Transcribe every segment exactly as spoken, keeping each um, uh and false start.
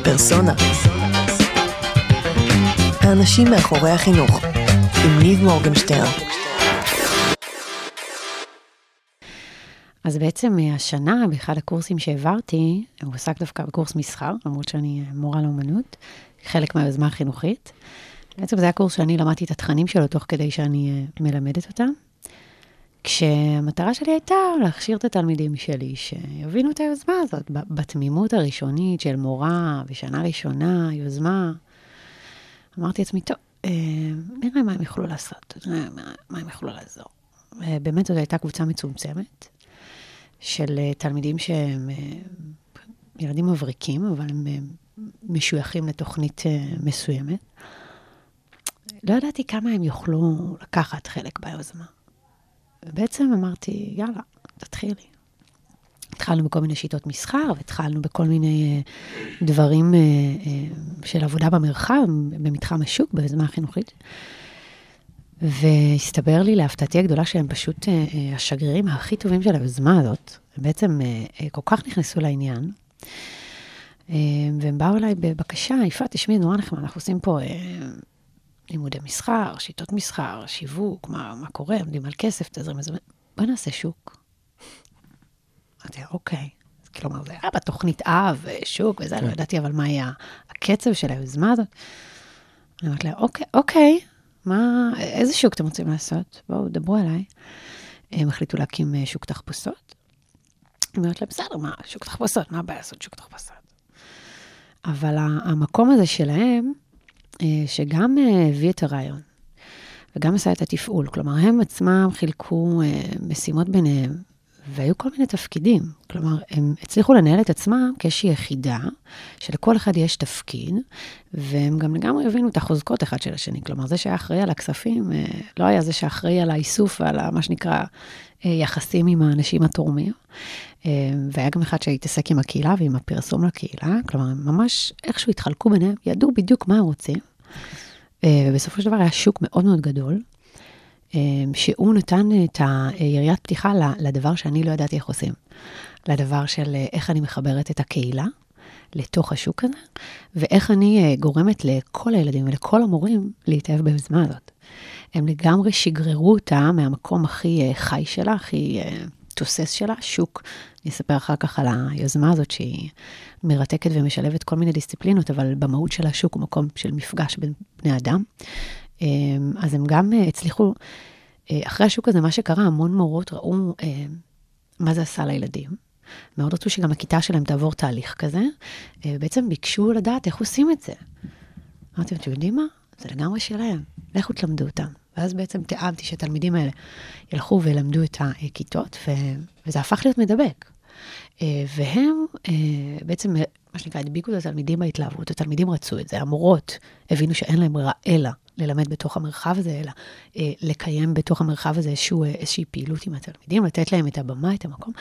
פרסונה. האנשים מאחורי החינוך, עם ניב מורגנשטיין. אז בעצם השנה, באחד הקורסים שהעברתי, הוא עסק דווקא בקורס מסחר, למרות שאני מורה לאומנות, חלק מהיוזמה החינוכית. בעצם זה הקורס שאני למדתי את התכנים שלו, תוך כדי שאני מלמדת אותם. כשהמטרה שלי הייתה להכשיר את התלמידים שלי, שיבינו את היוזמה הזאת, בתמימות הראשונית של מורה, בשנה ראשונה, יוזמה. אמרתי לעצמי, טוב, נראה מה הם יכולו לעשות, מה הם יכולו לעזור. באמת זאת הייתה קבוצה מצומצמת, של תלמידים שהם ילדים מבריקים, אבל הם משויכים לתוכנית מסוימת. לא ידעתי כמה הם יוכלו לקחת חלק ביוזמה. ובעצם אמרתי, יאללה, תתחילי. התחלנו בכל מיני שיטות מסחר, והתחלנו בכל מיני דברים של עבודה במרחב, במתחם השוק, ביוזמה החינוכית. והסתבר לי להפתעתי הגדולה שהם פשוט השגרירים הכי טובים של היוזמה הזאת. הם בעצם כל כך נכנסו לעניין. והם באו אליי בבקשה, יפעת, תשמעי, נורא נחמד, אנחנו עושים פה לימודי מסחר, שיטות מסחר, שיווק, מה, מה קורה, עומדים על כסף, תזרים, אז בוא נעשה שוק. אמרתי, אוקיי. אז כלומר, זה היה בתוכנית אב, שוק, וזה, לא ידעתי, אבל מה היה הקצב של היוזמה הזאת? אני אמרתי לה, אוקיי, אוקיי, מה, איזה שוק אתם רוצים לעשות? בואו, דברו אליי. הם החליטו להקים שוק תחפושות. אני אומרת לה, בסדר, מה, שוק תחפושות, מה הבעיה לעשות שוק תחפושות? אבל המקום הזה שלהם, שגם הביא את הרעיון, וגם עשה את התפעול, כלומר, הם עצמם חילקו משימות ביניהם, והיו כל מיני תפקידים, כלומר, הם הצליחו לנהל את עצמם כאיזושהי יחידה, שלכל אחד יש תפקיד, והם גם לגמרי הבינו את החוזקות אחד של השני, כלומר, זה שהיה אחראי על הכספים, לא היה זה שאחראי על האיסוף, ועל מה שנקרא יחסים עם האנשים התורמים, והיה גם אחד שהתעסק עם הקהילה ועם הפרסום לקהילה, כלומר, הם ממש איכשהו התחלקו ביניהם, ידעו בדיוק מה הם רוצים, ובסופו של דבר היה שוק מאוד מאוד גדול, שהוא נתן את היריית פתיחה לדבר שאני לא ידעתי איך עושים, לדבר של איך אני מחברת את הקהילה לתוך השוק הזה, ואיך אני גורמת לכל הילדים ולכל המורים להתאהב ביוזמה הזאת. הם לגמרי שגררו אותה מהמקום הכי חי שלה, הכי תוסס שלה, שוק. אני אספר אחר כך על היוזמה הזאת שהיא מרתקת ומשלבת כל מיני דיסציפלינות, אבל במהות של השוק הוא מקום של מפגש בין בני אדם. אז הם גם הצליחו, אחרי השוק הזה, מה שקרה, המון מורות ראו מה זה עשה לילדים. מאוד רצו שגם הכיתה שלהם תעבור תהליך כזה, ובעצם ביקשו לדעת איך עושים את זה. אמרתי, אתם יודעים מה? זה לגמרי שלהם. לכו תלמדו אותם. ואז בעצם תיאמתי שהתלמידים האלה ילכו ולמדו את הכיתות, וזה הפך להיות מדבק. והם בעצם, מה שנקרא, הדביקו את התלמידים בהתלהבות. התלמידים רצו את זה. המורות הבינו שאין להם ברירה אלא ללמד בתוך המרחב הזה, אלא לקיים בתוך המרחב הזה איזושהי פעילות עם התלמידים, לתת להם את הבמה, את המקום.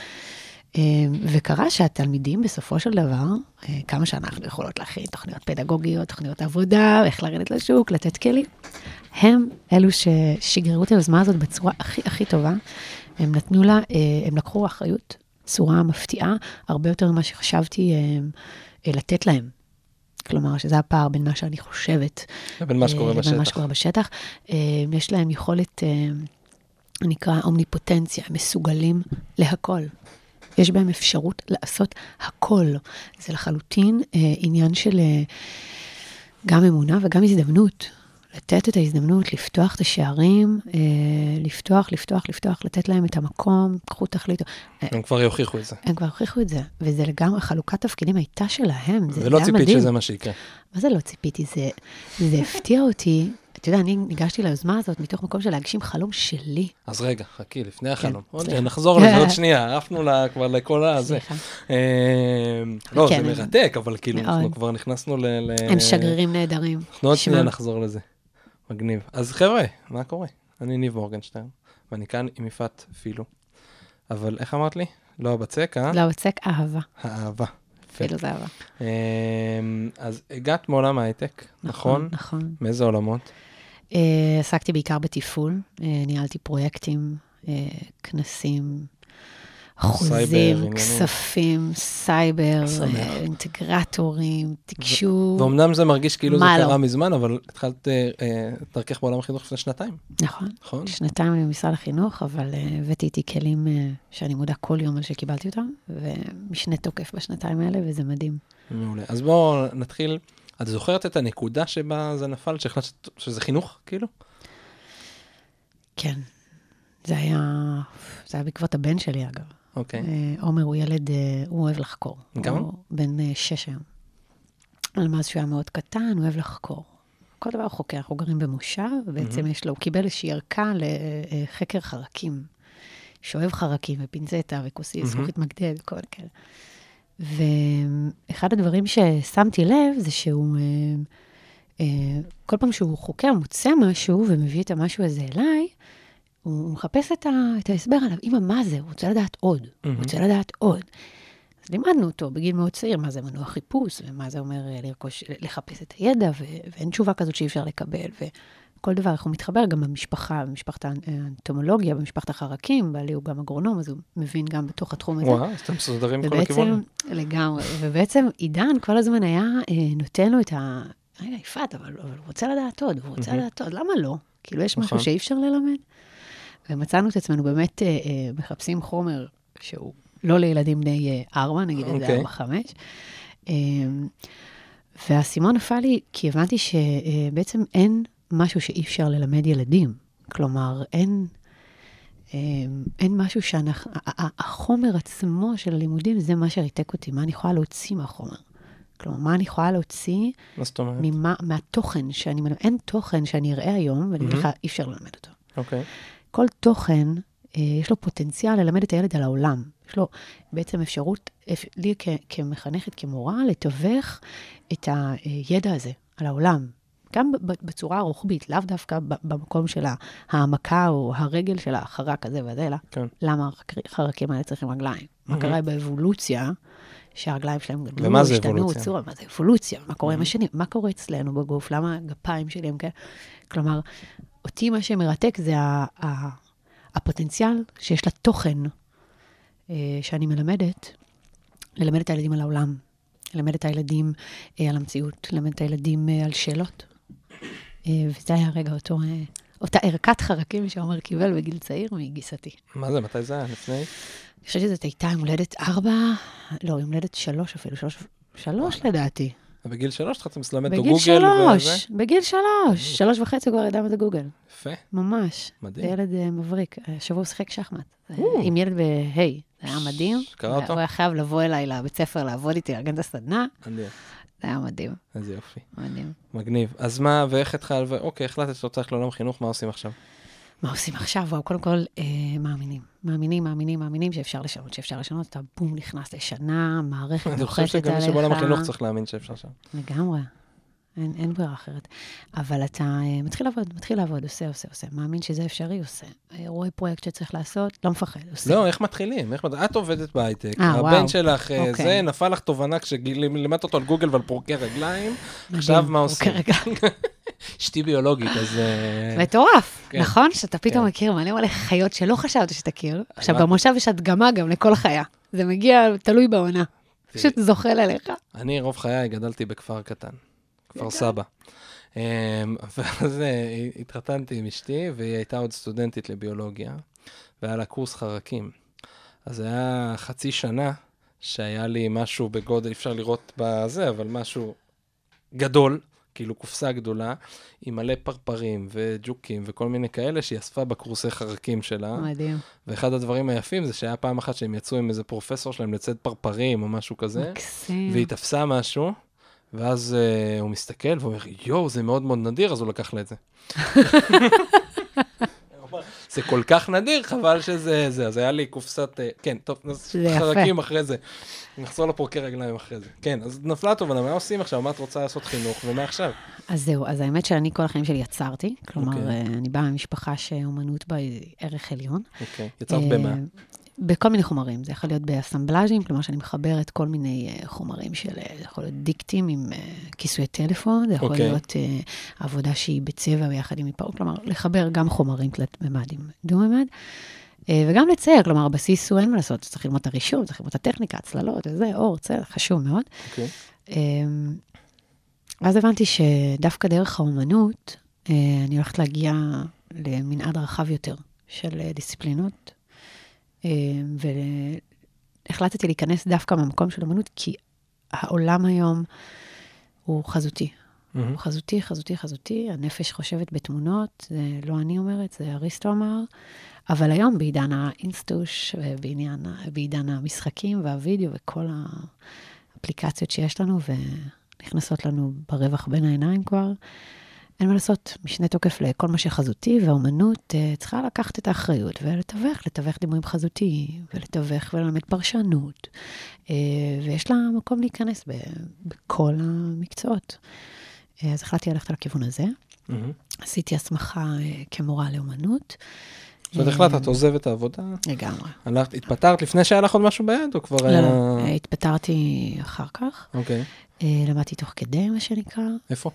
וקרה שהתלמידים בסופו של דבר, כמה שאנחנו יכולות להכין תוכניות פדגוגיות, תוכניות עבודה, איך לרדת לשוק, לתת כלים, הם אלו ששגררו את היוזמה הזאת בצורה הכי הכי טובה, הם נתנו לה, הם לקחו אחריות, צורה מפתיעה, הרבה יותר ממה שחשבתי לתת להם. כלומר, שזה הפער בין מה שאני חושבת, לבין מה שקורה בשטח. מה שקורה בשטח. יש להם יכולת, נקרא אומניפוטנציה, הם מסוגלים להכל. יש בהם אפשרות לעשות הכל. זה לחלוטין עניין של גם אמונה וגם הזדמנות. לתת את ההזדמנות, לפתוח את השערים, לפתוח, לפתוח, לפתוח, לתת להם את המקום, קחו תחליטו. הם כבר יוכיחו את זה. הם כבר יוכיחו את זה, וזה לגמרי, חלוקת תפקידים הייתה שלהם. ולא ציפית שזה מה שיקרה. מה זה לא ציפיתי? זה, זה הפתיע אותי. אתה יודע, אני ניגשתי ליוזמה הזאת מתוך מקום של להגשים חלום שלי. אז רגע, חכי, לפני החלום. נחזור לזה עוד שנייה, עפנו כבר לכל הזה. לא, זה מרתק, אבל כאילו, אנחנו כבר נכנסנו ל... הם שגרירים נהדרים. אנחנו עוד שנייה נחזור לזה. מגניב. אז חבר'ה, מה קורה? אני ניב מורגנשטיין, ואני כאן עם יפעת פילו. אבל איך אמרת לי? לא הבצק, אה? לא הבצק, אהבה. האהבה. פילו זה אהבה. אז הגעת מעולם ההייטק, נכון? נכון. מאיזה עולמות? עסקתי בעיקר בתפעול, ניהלתי פרויקטים, כנסים, חוזים, כספים, סייבר, אינטגרטורים, תקשוב. ואומנם זה מרגיש כאילו זה קרה מזמן, אבל התחלת דרכך בעולם החינוך לפני שנתיים. נכון, שנתיים אני במשרד החינוך, אבל הבאתי איתי כלים שאני מודע כל יום על שקיבלתי אותם, ומשנה תוקף בשנתיים האלה, וזה מדהים. מעולה. אז בואו נתחיל. את זוכרת את הנקודה שבה זה נפל, שהחלטת שזה חינוך, כאילו? כן. זה היה, זה היה בעקבות הבן שלי, אגב. אוקיי. עומר הוא ילד, הוא אוהב לחקור. גם? הוא בן שש היום. על מאז שהוא היה מאוד קטן, הוא אוהב לחקור. כל דבר הוא חוקר, אנחנו גרים במושב, ובעצם יש לו, הוא קיבל איזושהי ערכה לחקר חרקים. שאוהב חרקים ופינצטה וכוסית, זכוכית מגדל, כל כאלה. ואחד הדברים ששמתי לב זה שהוא, כל פעם שהוא חוקר, מוצא משהו ומביא את המשהו הזה אליי, הוא מחפש את, ה, את ההסבר עליו. אמא, מה זה? הוא רוצה לדעת עוד. Mm-hmm. הוא רוצה לדעת עוד. אז לימדנו אותו בגיל מאוד צעיר, מה זה מנוע חיפוש, ומה זה אומר לרכוש, לחפש את הידע, ו, ואין תשובה כזאת שאי אפשר לקבל, וכל דבר, איך הוא מתחבר גם במשפחה, במשפחת האנטומולוגיה, במשפחת החרקים, בעלי הוא גם אגרונום, אז הוא מבין גם בתוך התחום הזה. וואו, אז אתם מסודרים כל הכיוון. לגמרי, ובעצם עידן כל הזמן היה נותן לו את ה... רגע, יפעת, אבל, אבל הוא רוצה לדעת עוד, הוא רוצה mm-hmm. לדעת עוד, למה לא? כאילו יש משהו שאי אפשר ללמד? ומצאנו את עצמנו באמת אה, אה, מחפשים חומר שהוא לא לילדים בני אה, ארבע, נגיד את זה ארבע, חמש. אה, והסימון נפל לי, כי הבנתי שבעצם אה, אין משהו שאי אפשר ללמד ילדים. כלומר, אין, אה, אין משהו שאנחנו, החומר עצמו של הלימודים זה מה שריתק אותי, מה אני יכולה להוציא מהחומר. כלומר, מה אני יכולה להוציא ממה, מהתוכן שאני מלמד. אין תוכן שאני אראה היום, ואני אגיד לך, אי אפשר ללמד אותו. אוקיי. Okay. כל תוכן, יש לו פוטנציאל ללמד את הילד על העולם. יש לו בעצם אפשרות, לי כמחנכת, כמורה, לתווך את הידע הזה על העולם. גם בצורה הרוחבית, לאו דווקא במקום של העמקה או הרגל של החרק הזה והזה, אלא למה החרקים האלה צריכים רגליים? מה קרה באבולוציה, שהרגליים שלהם גדלו, ומה זה אבולוציה? צורה, מה זה אבולוציה? מה קורה עם השנים? מה קורה אצלנו בגוף? למה הגפיים שלי הם כאלה? כלומר, אותי מה שמרתק זה הפוטנציאל שיש לה תוכן שאני מלמדת, ללמד את הילדים על העולם, ללמד את הילדים על המציאות, ללמד את הילדים על שאלות. וזה היה רגע אותו, אותה ערכת חרקים שעומר קיבל בגיל צעיר מגיסתי. מה זה? מתי זה היה? לפני? אני חושבת שזאת הייתה עם הולדת ארבע, לא, עם הולדת שלוש אפילו, שלוש, שלוש לדעתי. בגיל שלוש התחלתם ללמד אותו גוגל וזה? בגיל שלוש, בגיל שלוש. שלוש וחצי כבר ידע מה זה גוגל. יפה. ממש. מדהים. זה ילד מבריק. שבוע הוא שיחק שחמט. עם ילד בהי. זה היה מדהים. קרא אותו? הוא היה חייב לבוא אליי לבית ספר, לעבוד איתי, לארגן את הסדנה. מדהים. זה היה מדהים. איזה יופי. מדהים. מגניב. אז מה, ואיך התחל, ואוקיי, החלטת שאתה צריך לעולם חינוך, מה עושים עכשיו? מה עושים עכשיו? וואו, קודם כל, אה, מאמינים. מאמינים, מאמינים, מאמינים שאפשר לשנות, שאפשר לשנות. אתה בום, נכנס לשנה, מערכת נוחתת עליך. אני חושב שגם שבעולם החינוך צריך להאמין שאפשר שם. לגמרי. אין, אין ברירה אחרת. אבל אתה אה, מתחיל לעבוד, מתחיל לעבוד, עושה, עושה, עושה. מאמין שזה אפשרי, עושה. רואה פרויקט שצריך לעשות, לא מפחד, עושה. לא, איך מתחילים? איך... את עובדת בהייטק, הבן שלך, אוקיי. זה, נפל לך תובנה כשלימדת אותו על גוגל ועל פורקי רגליים, עכשיו מה עושים? אשתי ביולוגית, אז... מטורף, נכון? שאתה פתאום מכיר מלא מלא חיות שלא חשבת שתכיר. עכשיו, במושב יש הדגמה גם לכל חיה. זה מגיע, תלוי בעונה. פשוט זוחל עליך. אני, רוב חיי, גדלתי בכפר קטן, כפר סבא. ואז התחתנתי עם אשתי, והיא הייתה עוד סטודנטית לביולוגיה, והיה לה קורס חרקים. אז היה חצי שנה שהיה לי משהו בגודל, אפשר לראות בזה, אבל משהו גדול, כאילו קופסה גדולה, עם מלא פרפרים וג'וקים וכל מיני כאלה שהיא אספה בקורסי חרקים שלה. מדהים. ואחד הדברים היפים זה שהיה פעם אחת שהם יצאו עם איזה פרופסור שלהם לצד פרפרים או משהו כזה. מקסים. והיא תפסה משהו, ואז uh, הוא מסתכל ואומר, יואו, זה מאוד מאוד נדיר, אז הוא לקח לה את זה. זה כל כך נדיר, חבל שזה זה. אז היה לי קופסת, כן, טוב, חרקים אחרי זה. נחזור לפורקי רגליים אחרי זה. כן, אז נפלה טוב, מה עושים עכשיו? מה את רוצה לעשות חינוך, ומה עכשיו? אז זהו, אז האמת שאני כל החיים שלי יצרתי, כלומר, אני באה ממשפחה שאומנות בה היא ערך עליון. אוקיי, יצרת במה? בכל מיני חומרים, זה יכול להיות באסמבלאז'ים, כלומר שאני מחברת כל מיני חומרים של, זה יכול להיות דיקטים עם כיסויי טלפון, זה יכול להיות עבודה שהיא בצבע ביחד עם מפאור, כלומר לחבר גם חומרים תלת ממד עם דו ממד, וגם לצייר, כלומר, הבסיס הוא אין מה לעשות, צריך ללמוד את הרישום, צריך ללמוד את הטכניקה, הצללות, וזה, אור, צל, חשוב מאוד. אוקיי. אז הבנתי שדווקא דרך האומנות, אני הולכת להגיע למנעד רחב יותר של דיסציפלינות, והחלטתי להיכנס דווקא מהמקום של אומנות, כי העולם היום הוא חזותי. הוא חזותי, חזותי, חזותי, הנפש חושבת בתמונות, זה לא אני אומרת, זה אריסטו אמר, אבל היום בעידן האינסטוש, בעידן המשחקים והווידאו וכל האפליקציות שיש לנו, ונכנסות לנו ברווח בין העיניים כבר, אין מה לעשות, משנה תוקף לכל מה שחזותי, והאומנות צריכה לקחת את האחריות, ולתווך, לתווך דימויים חזותיים, ולתווך וללמד פרשנות, ויש לה מקום להיכנס בכל המקצועות. אז החלטתי ללכת על הכיוון הזה. עשיתי הסמכה כמורה לאומנות. זאת אומרת, החלטת, את עוזבת את העבודה? לגמרי. התפטרת לפני שהיה לך עוד משהו ביד, או כבר היה... לא, לא, התפטרתי אחר כך. אוקיי. למדתי תוך כדי, מה שנקרא. איפה?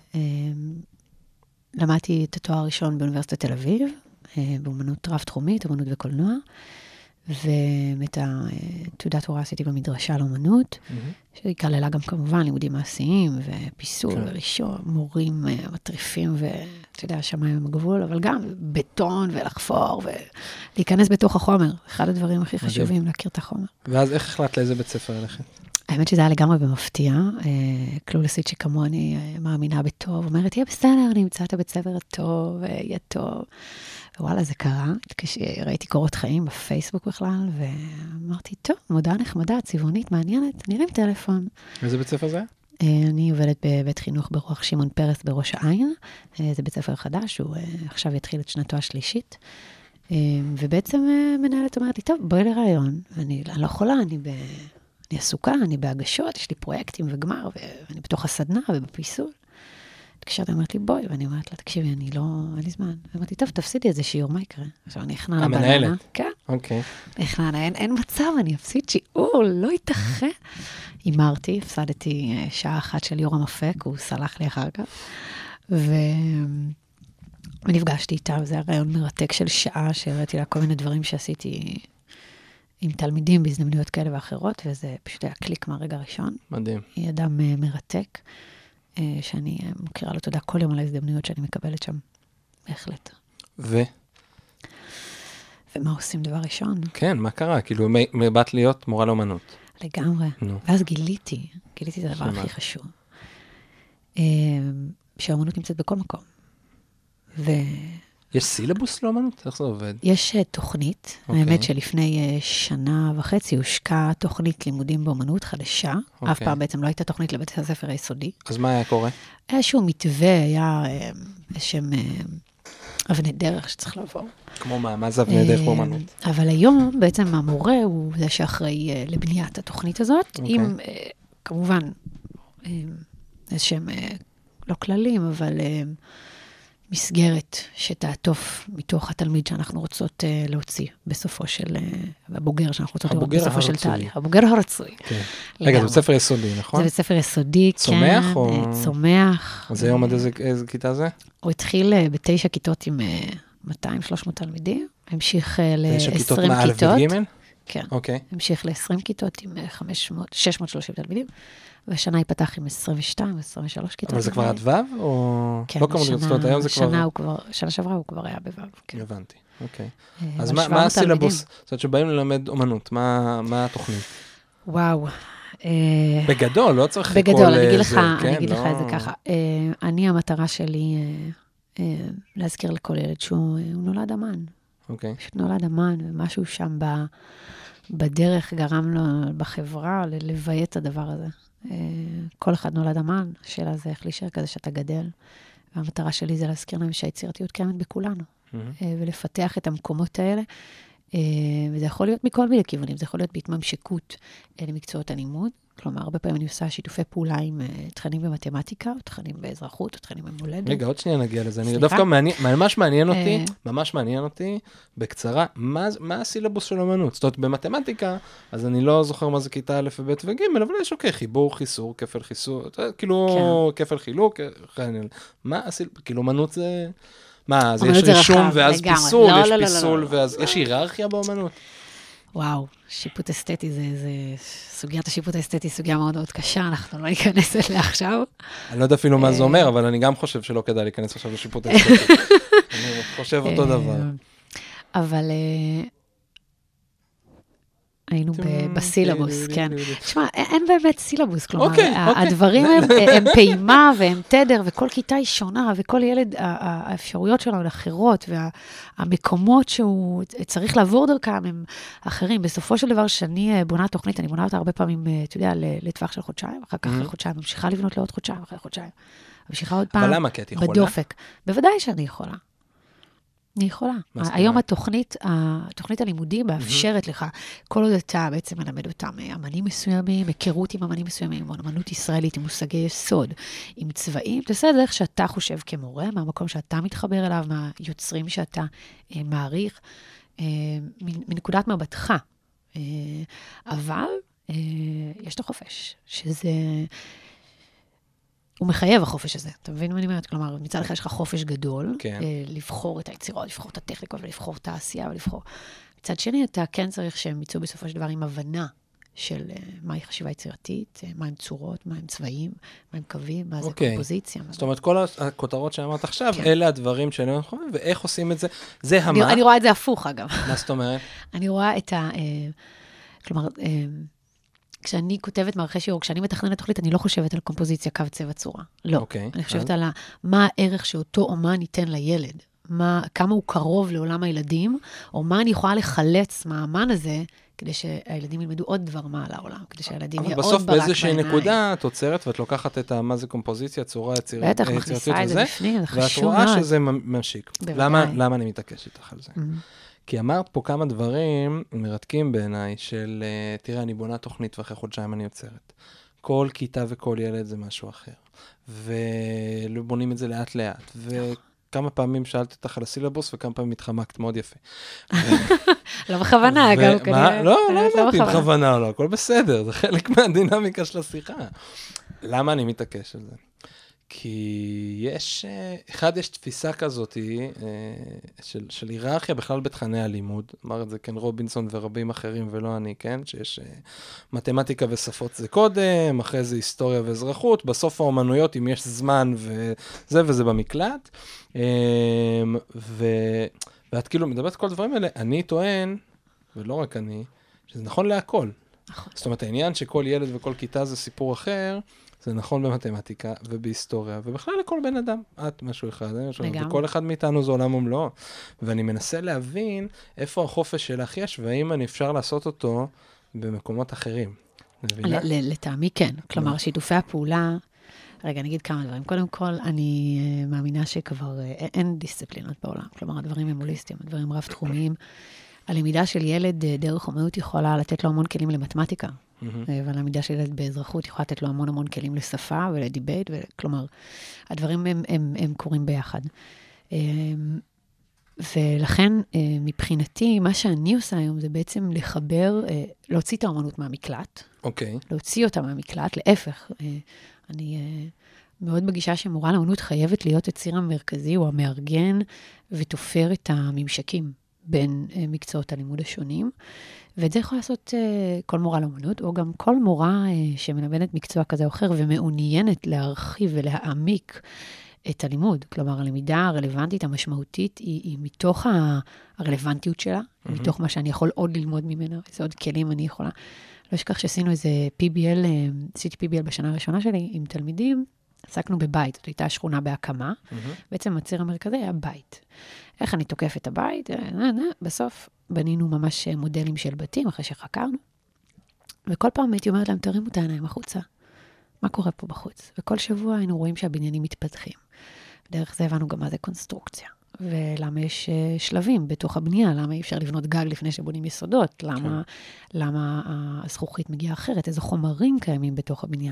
למדתי את התואר הראשון באוניברסיטת תל אביב, באומנות רב-תחומית, אומנות וקולנוע, ואת התעודת הוראה עשיתי במדרשה לאומנות, שהיא כללה גם כמובן לימודים מעשיים, ופיסול, ורישום, מורים מטריפים, ואתה יודע, שמיים הגבול, אבל גם בטון ולחפור, ולהיכנס בתוך החומר. אחד הדברים הכי חשובים, להכיר את החומר. ואז איך החלטת לאיזה בית ספר ללכת? האמת שזה היה לגמרי במפתיע, קלולסית שכמוני מאמינה בטוב, אומרת, יהיה בסדר, אני אמצא את הבית ספר הטוב, יהיה טוב. וואלה, זה קרה, ראיתי קורות חיים בפייסבוק בכלל, ואמרתי, טוב, מודעה נחמדה, צבעונית, מעניינת, נראים טלפון. איזה בית ספר זה היה? אני עובדת בבית חינוך ברוח שמעון פרס בראש העין, זה בית ספר חדש, הוא עכשיו יתחיל את שנתו השלישית, ובעצם מנהלת אומרת לי, טוב, בואי לרעיון, ואני לא יכולה, אני ב... אני עסוקה, אני בהגשות, יש לי פרויקטים וגמר, ואני בתוך הסדנה ובפיסול. התקשרת, אמרת לי, בואי, ואני אומרת לה, תקשיבי, אני לא, אין לי זמן. אמרתי, טוב, תפסידי איזה שיעור, מה יקרה? עכשיו, אני הכנעה לבננה. המנהלת. כן. אוקיי. הכנעה, אין, אין מצב, אני אפסיד שיעור, לא ייתכן. הימרתי, הפסדתי שעה אחת של יורם אפק, הוא סלח לי אחר כך. ו... ונפגשתי איתה, וזה היה רעיון מרתק של שעה, שהראיתי לה כל מיני דברים שעשיתי עם תלמידים בהזדמנויות כאלה ואחרות, וזה פשוט היה קליק מהרגע הראשון. מדהים. היא אדם מרתק, שאני מכירה לו תודה כל יום על ההזדמנויות שאני מקבלת שם. בהחלט. ו? ומה עושים דבר ראשון? כן, מה קרה? כאילו, באת להיות מורה לאומנות. לגמרי. נו. ואז גיליתי, גיליתי את הדבר הכי חשוב. שהאומנות נמצאת בכל מקום. ו... יש סילבוס לאומנות? איך זה עובד? יש תוכנית, okay. האמת שלפני שנה וחצי הושקעה תוכנית לימודים באומנות חדשה, okay. אף פעם בעצם לא הייתה תוכנית לבית הספר היסודי. אז מה היה קורה? היה איזשהו מתווה, היה איזשהם אבני דרך שצריך לעבור. כמו מה? מה זה אבני דרך באומנות? אבל היום בעצם המורה הוא זה שאחראי לבניית התוכנית הזאת, okay. עם כמובן איזשהם לא כללים, אבל... מסגרת שתעטוף מתוך התלמיד שאנחנו רוצות uh, להוציא בסופו של, uh, הבוגר שאנחנו רוצות לראות בסופו של תהליך. הבוגר הרצוי. כן. רגע, זה בית ספר יסודי, נכון? זה בית ספר יסודי, צומח כן. או... צומח. אז היום עד איזה, איזה כיתה זה? הוא התחיל uh, בתשע כיתות עם uh, מאתיים שלוש מאות תלמידים, המשיך uh, ל-עשרים כיתות. תשע כיתות מא' וג'? כן. אוקיי. המשיך ל-עשרים כיתות עם שש מאות ושלושים תלמידים. והשנה ייפתח עם עשרים ושתיים, עשרים ושלוש כיתות. אבל זה כבר עד ו' או... כן, לא כמות גרצות, היום זה כבר... שנה הוא כבר, שנה שעברה הוא כבר היה בו'. כן. הבנתי, אוקיי. אז מה, מה הסילבוס? זאת אומרת שבאים ללמד אומנות, מה, מה התוכנית? וואו. בגדול, לא צריך... בגדול, אני אגיד לך, אני אגיד לך את זה ככה. אני, המטרה שלי, להזכיר לכל ילד שהוא נולד אמן. אוקיי. פשוט נולד אמן, ומשהו שם בדרך גרם לו בחברה ללוויית את הדבר הזה. כל אחד נולד אמן, השאלה זה איך להישאר כזה שאתה גדל, והמטרה שלי זה להזכיר להם שהיצירתיות קיימת בכולנו, ולפתח את המקומות האלה, וזה יכול להיות מכל מיני כיוונים, זה יכול להיות בהתממשקות למקצועות הלימוד, כלומר, הרבה פעמים אני עושה שיתופי פעולה עם תכנים במתמטיקה, או תכנים באזרחות, או תכנים במולדת. רגע, עוד שנייה נגיע לזה. אני דווקא ממש מעניין אותי, ממש מעניין אותי, בקצרה, מה הסילבוס של אומנות? זאת אומרת, במתמטיקה, אז אני לא זוכר מה זה כיתה א' וב' וג', אבל יש אוקיי, חיבור, חיסור, כפל חיסור, כאילו, כפל חילוק, מה הסילבוס, כאילו, אומנות זה... מה, אז אומרת, יש זה רישום רחב, ואז לגמרי. פיסול, לא, יש לא, לא, פיסול, לא, לא, ואז לא. יש היררכיה באמנות. וואו, שיפוט אסתטי זה, זה, סוגיית השיפוט האסתטי היא סוגיה מאוד מאוד קשה, אנחנו לא ניכנס אליה עכשיו. אני לא יודע אפילו מה זה אומר, אבל אני גם חושב שלא כדאי להיכנס עכשיו לשיפוט אסתטי. אני חושב אותו דבר. אבל היינו בסילבוס, כן. תשמע, אין באמת סילבוס, כלומר, הדברים הם פעימה והם תדר, וכל כיתה היא שונה, וכל ילד, האפשרויות שלו הן אחרות, והמקומות שהוא צריך לעבור דרכם הם אחרים. בסופו של דבר, שאני בונה תוכנית, אני בונה אותה הרבה פעמים, אתה יודע, לטווח של חודשיים, אחר כך אחרי חודשיים, ממשיכה לבנות לעוד חודשיים, אחרי חודשיים. ממשיכה עוד פעם, אבל למה? כי את יכולה? בדופק. בוודאי שאני יכולה. אני יכולה. היום התוכנית, התוכנית הלימודים מאפשרת לך, כל עוד אתה בעצם מלמד אותם אמנים מסוימים, היכרות עם אמנים מסוימים, אמנות ישראלית, עם מושגי יסוד, עם צבעים, אתה עושה את זה איך שאתה חושב כמורה, מהמקום שאתה מתחבר אליו, מהיוצרים שאתה מעריך, מנקודת מבטך. אבל יש את החופש, שזה... הוא מחייב החופש הזה, אתה מבין מה אני אומרת? כלומר, מצד אחד יש לך חופש גדול, כן. לבחור את היצירות, לבחור את הטכניקות, ולבחור את העשייה, ולבחור. מצד שני, אתה כן צריך שהם יצאו בסופו של דבר עם הבנה של מהי חשיבה יצירתית, מהם צורות, מהם צבעים, מהם קווים, מה זה okay. קומפוזיציה. זאת אומרת, כל הכותרות שאמרת עכשיו, כן. אלה הדברים שאני לא נכון, ואיך עושים את זה? זה המה. אני, אני רואה את זה הפוך, אגב. מה זאת אומרת? אני רואה את ה... כלומר... כשאני כותבת מערכי שיעור, כשאני מתכננת תוכנית, אני לא חושבת על קומפוזיציה, קו, צבע, צורה. לא. Okay, אני חושבת אז... על מה הערך שאותו אומן ייתן לילד. מה, כמה הוא קרוב לעולם הילדים, או מה אני יכולה לחלץ מהאמן הזה, כדי שהילדים ילמדו עוד דבר מה על העולם, כדי שהילדים יהיה עוד ברק בעיניים. בסוף באיזושהי נקודה, את עוצרת, ואת לוקחת את מה זה קומפוזיציה, צורה, יצירתיות בטח, מכניסה את זה בפנים, זה חשוב ואת רואה שזה משיק. למה, למה אני מתעקש איתך על זה? כי אמרת פה כמה דברים מרתקים בעיניי, של תראה, אני בונה תוכנית ואחרי חודשיים אני יוצרת. כל כיתה וכל ילד זה משהו אחר. ובונים את זה לאט לאט. וכמה פעמים שאלת אותך על הסילבוס, וכמה פעמים התחמקת מאוד יפה. לא בכוונה, אגב. לא, לא אמרתי בכוונה או לא, הכל בסדר, זה חלק מהדינמיקה של השיחה. למה אני מתעקש על זה? כי יש, אחד, יש תפיסה כזאת של, של היררכיה בכלל בתכני הלימוד. אמר את זה כן רובינסון ורבים אחרים ולא אני, כן? שיש מתמטיקה ושפות זה קודם, אחרי זה היסטוריה ואזרחות, בסוף האומנויות, אם יש זמן וזה וזה במקלט. ו, ואת כאילו מדברת כל הדברים האלה, אני טוען, ולא רק אני, שזה נכון להכל. זאת אומרת, העניין שכל ילד וכל כיתה זה סיפור אחר, זה נכון במתמטיקה ובהיסטוריה, ובכלל לכל בן אדם. את משהו אחד, וכל אחד מאיתנו זה עולם ומלואו. ואני מנסה להבין איפה החופש שלך יש, והאם אני אפשר לעשות אותו במקומות אחרים. לטעמי כן. כלומר, שיתופי הפעולה, רגע, נגיד כמה דברים. קודם כל, אני מאמינה שכבר אין דיסציפלינות בעולם. כלומר, הדברים הם הוליסטיים, הדברים רב-תחומיים. הלמידה של ילד דרך אומנות יכולה לתת לו המון כלים למתמטיקה. אבל הלמידה של ילד באזרחות יכולה לתת לו המון המון כלים לשפה ולדיבייט, כלומר, הדברים הם, הם, הם קורים ביחד. ולכן, מבחינתי, מה שאני עושה היום זה בעצם לחבר, להוציא את האמנות מהמקלט. אוקיי. Okay. להוציא אותה מהמקלט, להפך. אני מאוד מגישה שמורה לאמנות חייבת להיות הציר המרכזי, או המארגן, ותופר את הממשקים בין מקצועות הלימוד השונים. ואת זה יכול לעשות uh, כל מורה לאמנות, או גם כל מורה uh, שמלמדת מקצוע כזה או אחר, ומעוניינת להרחיב ולהעמיק את הלימוד. כלומר, הלמידה הרלוונטית, המשמעותית, היא, היא מתוך הרלוונטיות שלה, mm-hmm. מתוך מה שאני יכול עוד ללמוד ממנה, איזה עוד כלים אני יכולה. לא אשכח שעשינו איזה פי בי אל, עשיתי פי בי אל בשנה הראשונה שלי עם תלמידים, עסקנו בבית, זאת הייתה שכונה בהקמה, mm-hmm. בעצם הציר המרכזי היה בית. איך אני תוקף את הבית? נה, נה, בסוף בנינו ממש מודלים של בתים, אחרי שחקרנו, וכל פעם הייתי אומרת להם, תרימו את העיניים החוצה. מה קורה פה בחוץ? וכל שבוע היינו רואים שהבניינים מתפתחים. דרך זה הבנו גם מה זה קונסטרוקציה. ולמה יש שלבים בתוך הבנייה, למה אי אפשר לבנות גג לפני שבונים יסודות, למה, למה הזכוכית מגיעה אחרת, איזה חומרים קיימים בתוך הבניין.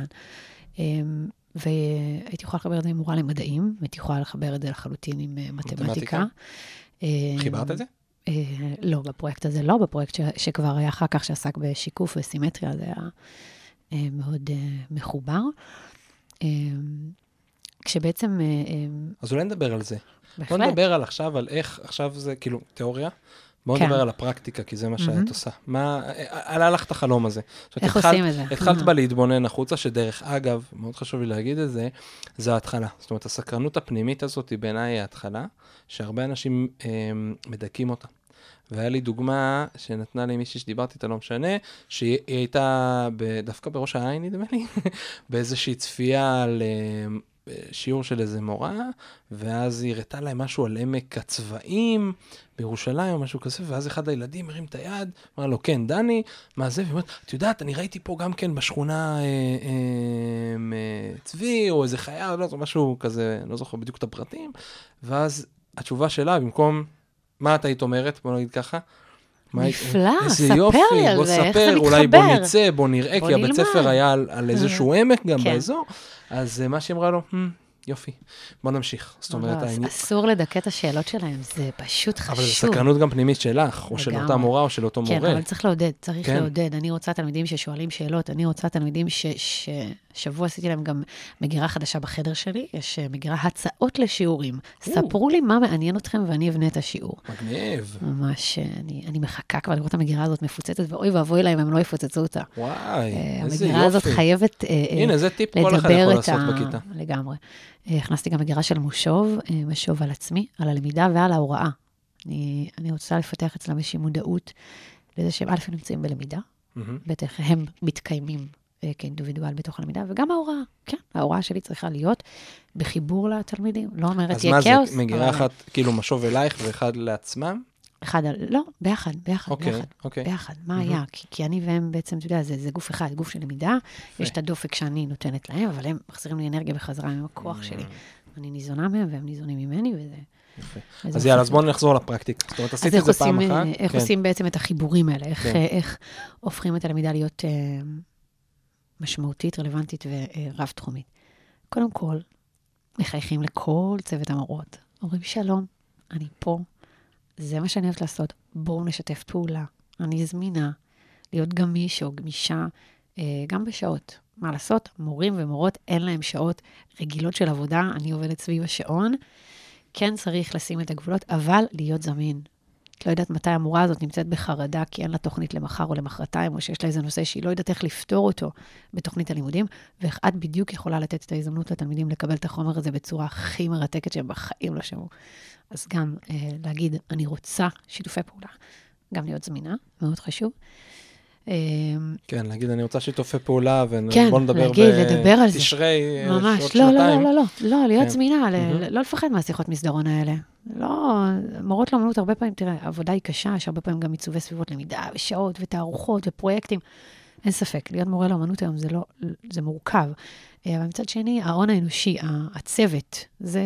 והייתי יכולה לחבר את זה עם מורה למדעים, והייתי יכולה לחבר את זה לחלוטין עם מתמטיקה. חיברת את זה? לא, בפרויקט הזה לא, בפרויקט שכבר היה אחר כך שעסק בשיקוף וסימטריה, זה היה מאוד מחובר. כשבעצם... אז אולי נדבר על זה. בהחלט. בוא נדבר על עכשיו, על איך, עכשיו זה כאילו תיאוריה, בואו נדבר על הפרקטיקה, כי זה מה שאת עושה. מה, עלה לך את החלום הזה. איך עושים את זה? התחלת בה להתבונן החוצה, שדרך אגב, מאוד חשוב לי להגיד את זה, זה ההתחלה. זאת אומרת, הסקרנות הפנימית הזאת היא בעיניי ההתחלה, שהרבה אנשים מדכים אותה. והיה לי דוגמה שנתנה לי מישהי שדיברתי איתה, לא משנה, שהיא הייתה דווקא בראש העין, נדמה לי, באיזושהי צפייה על שיעור של איזה מורה, ואז היא הראתה להם משהו על עמק הצבעים בירושלים או משהו כזה, ואז אחד הילדים הרים את היד, אמר לו, כן, דני, מה זה? והיא אומרת, את יודעת, אני ראיתי פה גם כן בשכונה אה, אה, אה, צבי, או איזה חיה, לא, או משהו כזה, לא זוכר בדיוק את הפרטים, ואז התשובה שלה, במקום, מה את היית אומרת? בוא נגיד ככה. נפלא, איזה ספר יופי, לי על בוא זה, איך זה ספר, מתחבר. אולי בוא נצא, בוא נראה, בוא כי הבית נלמד. ספר היה על, על איזשהו עמק גם כן. באזור, אז מה שהיא אמרה לו, "Hmm, יופי, בוא נמשיך." זאת אומרת, לא, העניין... אסור לדכא את השאלות שלהם, זה פשט חשוב. אבל זו סקרנות גם פנימית שלך, או של לגמרי. אותה מורה, או של אותו כן, מורה. אבל צריך לעודד, צריך כן. לעודד. אני רוצה תלמידים ששואלים שאלות, אני רוצה תלמידים ש... ש... שבוע עשיתי להם גם מגירה חדשה בחדר שלי, יש מגירה הצעות לשיעורים. ספרו לי מה מעניין אתכם ואני אבנה את השיעור. מגניב. ממש, אני, אני מחכה כבר לראות את המגירה הזאת מפוצצת, ואוי ואבוי להם, הם לא יפוצצו אותה. וואי, איזה המגירה הזאת יופי. חייבת הנה, זה טיפ כל אחד יכול לעשות בכיתה. לגמרי. הכנסתי גם מגירה של מושוב, משוב על עצמי, על הלמידה ועל ההוראה. אני, אני רוצה לפתח אצלם איזושהי מודעות לזה שהם א' נמצאים בלמידה, בטח הם מתקיימים כאינדיבידואל בתוך הלמידה, וגם ההוראה, כן, ההוראה שלי צריכה להיות בחיבור לתלמידים, לא אומרת, יהיה כאוס. אז מה זה, מגירה אחת כאילו משוב אלייך ואחד לעצמם? אחד, לא, ביחד, ביחד, אוקיי, ביחד, אוקיי. ביחד. מה היה? כי, כי אני והם בעצם, אתה יודע, זה, זה גוף אחד, גוף של למידה, יש את הדופק שאני נותנת להם, אבל הם מחזירים לי אנרגיה בחזרה עם הכוח שלי. אני ניזונה מהם, והם ניזונים ממני, וזה... אז יאללה, אז בואו נחזור לפרקטיקה. זאת אומרת, עשיתי את זה פעם אחת. איך עושים בעצם את החיבורים האלה? איך הופכים את הלמידה להיות משמעותית, רלוונטית ורב-תחומית? קודם כל, מחייכים לכל צוות המורות. אומרים, שלום, אני פה. זה מה שאני אוהבת לעשות. בואו נשתף פעולה. אני זמינה להיות גמיש או גמישה, גם בשעות. מה לעשות? מורים ומורות, אין להם שעות רגילות של עבודה. אני עובדת סביב השעון. כן צריך לשים את הגבולות, אבל להיות זמין. את לא יודעת מתי המורה הזאת נמצאת בחרדה, כי אין לה תוכנית למחר או למחרתיים, או שיש לה איזה נושא שהיא לא יודעת איך לפתור אותו בתוכנית הלימודים, ואיך את בדיוק יכולה לתת את ההזדמנות לתלמידים לקבל את החומר הזה בצורה הכי מרתקת שהם בחיים לא שמעו. אז גם אה, להגיד, אני רוצה שיתופי פעולה, גם להיות זמינה, מאוד חשוב. כן, להגיד, אני רוצה שיתופי פעולה, כן, ובוא נדבר להגיד, לדבר על זה. בתשרי ממש, שעות לא, שנתיים. לא, לא, לא, לא, להיות כן. זמינה, ל- Mm-hmm. לא לפחד מהשיחות מסדרון האלה. לא, מורות לאמנות הרבה פעמים, תראה, העבודה היא קשה, יש הרבה פעמים גם עיצובי סביבות למידה, ושעות, ותערוכות, ופרויקטים. אין ספק, להיות מורה לאמנות היום זה לא, זה מורכב. אבל מצד שני, ההון האנושי, הצוות, זה,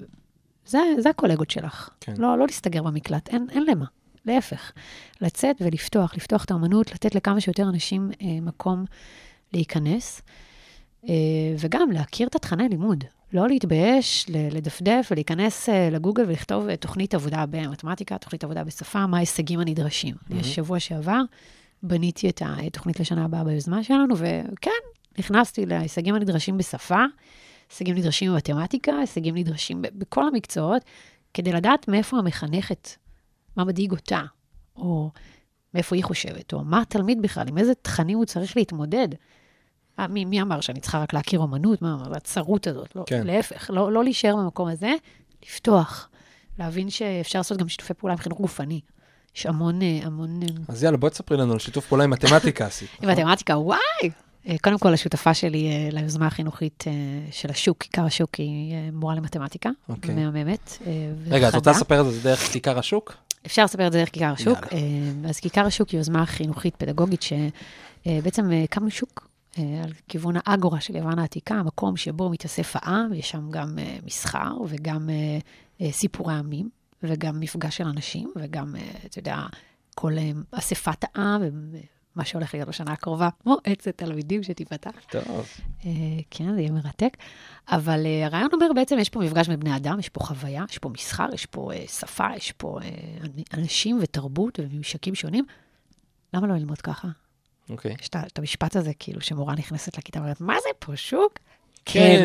זה, זה הקולגות שלך. כן. לא, לא להסתגר במקלט, אין, אין למה. להפך, לצאת ולפתוח, לפתוח את האמנות, לתת לכמה שיותר אנשים אה, מקום להיכנס, אה, וגם להכיר את התכני לימוד. לא להתבייש, לדפדף ולהיכנס אה, לגוגל ולכתוב אה, תוכנית עבודה במתמטיקה, תוכנית עבודה בשפה, מה ההישגים הנדרשים. Mm-hmm. יש שבוע שעבר, בניתי את התוכנית לשנה הבאה ביוזמה שלנו, וכן, נכנסתי להישגים הנדרשים בשפה, הישגים נדרשים במתמטיקה, הישגים נדרשים ב- בכל המקצועות, כדי לדעת מאיפה המחנכת, מה מדאיג אותה, או מאיפה היא חושבת, או מה התלמיד בכלל, עם איזה תכנים הוא צריך להתמודד. מי, מי אמר שאני צריכה רק להכיר אומנות? מה, הצרות הזאת? לא, כן. להפך, לא, לא להישאר במקום הזה, לפתוח, להבין שאפשר לעשות גם שיתופי פעולה עם חינוך גופני. יש המון, המון... אז יאללה, בואי תספרי לנו על שיתוף פעולה עם מתמטיקה עשית. עם מתמטיקה, וואי! קודם כל, השותפה שלי ליוזמה החינוכית של השוק, כיכר השוק, היא מורה למתמטיקה, אוקיי. מהממת. רגע, את רוצה לספר את זה דרך כיכר השוק? אפשר לספר את זה דרך כיכר השוק. אז כיכר השוק היא יוזמה חינוכית פדגוגית, שבעצם קמנו שוק על כיוון האגורה של יוון העתיקה, המקום שבו מתאסף העם, יש שם גם מסחר וגם סיפורי עמים, וגם מפגש של אנשים, וגם, אתה יודע, כל אספת העם, מה שהולך להיות בשנה הקרובה, מועצת תלמידים שתיפתח. טוב. כן, זה יהיה מרתק. אבל הרעיון אומר בעצם, יש פה מפגש מבני אדם, יש פה חוויה, יש פה מסחר, יש פה שפה, יש פה אנשים ותרבות וממשקים שונים. למה לא ללמוד ככה? אוקיי. יש את המשפט הזה, כאילו, שמורה נכנסת לכיתה, אומרת, מה זה פה, שוק? כן.